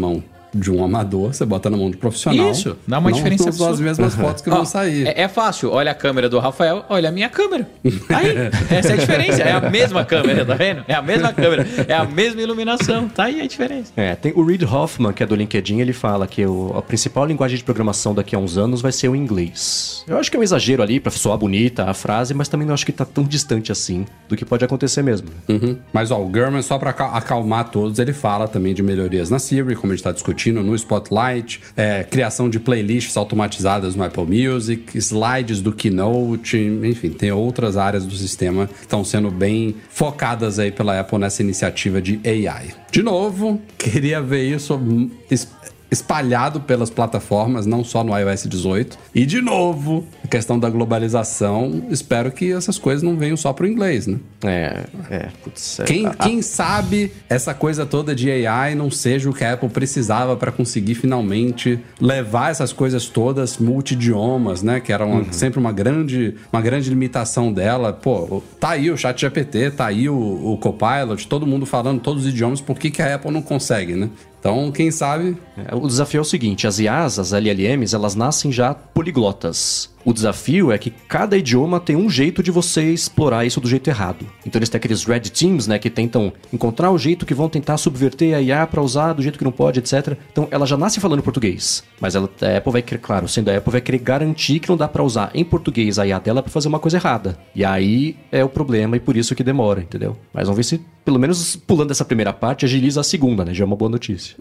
de um amador, você bota na mão de profissional. Isso, dá uma diferença Não são as mesmas fotos que vão Ó, sair. É fácil, olha a câmera do Rafael, olha a minha câmera. Aí, essa é a diferença, é a mesma câmera, tá vendo? É a mesma câmera, é a mesma iluminação, tá aí a diferença. Tem o Reid Hoffman, que é do LinkedIn, ele fala que a principal linguagem de programação daqui a uns anos vai ser o inglês. Eu acho que é um exagero ali pra soar bonita a frase, mas também não acho que tá tão distante assim do que pode acontecer mesmo. Uhum. Mas ó, o Gurman, só pra acalmar todos, ele fala também de melhorias na Siri, como a gente tá discutindo, no Spotlight, criação de playlists automatizadas no Apple Music, slides do Keynote, enfim, tem outras áreas do sistema que estão sendo bem focadas aí pela Apple nessa iniciativa de AI. De novo, queria ver isso espalhado pelas plataformas, não só no iOS 18. E, de novo, a questão da globalização, espero que essas coisas não venham só pro inglês, né? Putz, Quem sabe essa coisa toda de AI não seja o que a Apple precisava para conseguir finalmente levar essas coisas todas multidiomas, né? Que era sempre uma grande limitação dela. Pô, tá aí o ChatGPT, tá aí o Copilot, todo mundo falando todos os idiomas, por que a Apple não consegue, né? Então, quem sabe... O desafio é o seguinte, as IAs, as LLMs, elas nascem já poliglotas. O desafio é que cada idioma tem um jeito de você explorar isso do jeito errado. Então eles têm aqueles red teams, né, que tentam encontrar o jeito que vão tentar subverter a IA para usar do jeito que não pode, etc. Então ela já nasce falando português, mas a Apple vai querer, claro, sendo a Apple, vai querer garantir que não dá para usar em português a IA dela para fazer uma coisa errada. E aí é o problema e por isso que demora, entendeu? Mas vamos ver se, pelo menos pulando essa primeira parte, agiliza a segunda, né? Já é uma boa notícia.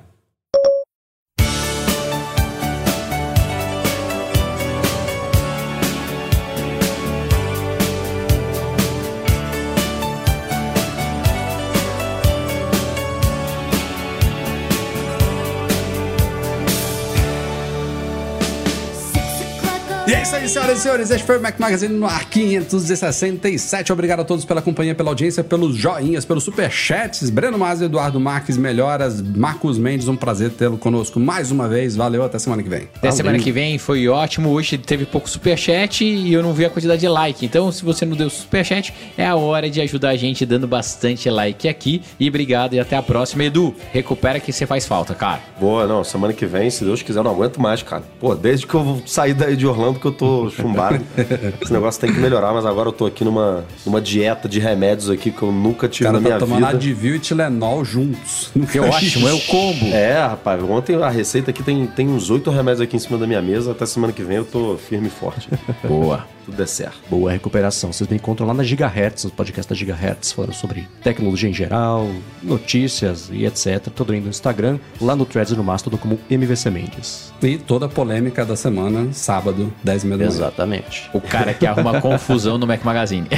E é isso aí, senhoras e senhores, este foi o Mac Magazine no ar 567. Obrigado a todos pela companhia, pela audiência, pelos joinhas, pelos superchats. Breno Mas, Eduardo Marques, melhoras. Marcos Mendes, um prazer tê-lo conosco mais uma vez. Valeu, até semana que vem. Até semana que vem, foi ótimo. Hoje teve pouco superchat e eu não vi a quantidade de like. Então, se você não deu superchat, é a hora de ajudar a gente dando bastante like aqui. E obrigado e até a próxima. Edu, recupera que você faz falta, cara. Boa, não, semana que vem, se Deus quiser, eu não aguento mais, cara. Pô, desde que eu saí daí de Orlando que eu tô chumbado. Esse negócio tem que melhorar, mas agora eu tô aqui numa dieta de remédios aqui que eu nunca tive na minha vida. O cara tá tomando Advil e Tilenol juntos. Que ótimo, é o combo. Rapaz, ontem a receita aqui tem uns 8 remédios aqui em cima da minha mesa. Até semana que vem eu tô firme e forte. Boa. Tudo é certo. Boa recuperação. Vocês me encontram lá na Gigahertz, no podcast da Gigahertz, falando sobre tecnologia em geral, notícias e etc. Todo indo no Instagram, lá no Threads e no Mastodon como MVC Mendes. E toda a polêmica da semana, sábado, 10h30 da manhã. Exatamente. O cara que arruma confusão no Mac Magazine.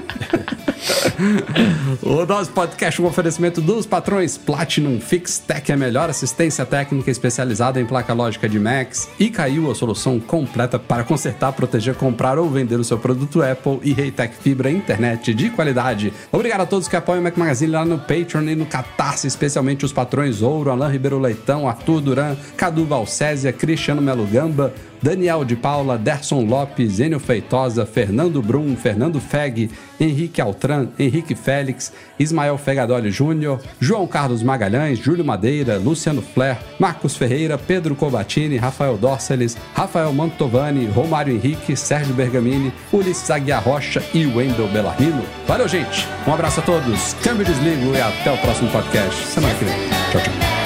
O nosso podcast é um oferecimento dos patrões Platinum Fixtech, a melhor assistência técnica especializada em placa lógica de Macs, e caiu a solução completa para consertar, proteger, comprar ou vender o seu produto Apple, e Reitec Fibra internet de qualidade. Obrigado a todos que apoiam o Mac Magazine lá no Patreon e no Catarse, especialmente os patrões Ouro, Alain Ribeiro Leitão, Arthur Duran, Cadu Valcésia, Cristiano Melo Gamba, Daniel de Paula, Derson Lopes, Enio Feitosa, Fernando Brum, Fernando Feg, Henrique Altran, Henrique Félix, Ismael Fegadoli Júnior, João Carlos Magalhães, Júlio Madeira, Luciano Flair, Marcos Ferreira, Pedro Cobatini, Rafael Dorceles, Rafael Mantovani, Romário Henrique, Sérgio Bergamini, Ulisses Aguiar Rocha e Wendel Bellarmino. Valeu, gente! Um abraço a todos, câmbio desligo e até o próximo podcast semana que vem. Tchau, tchau.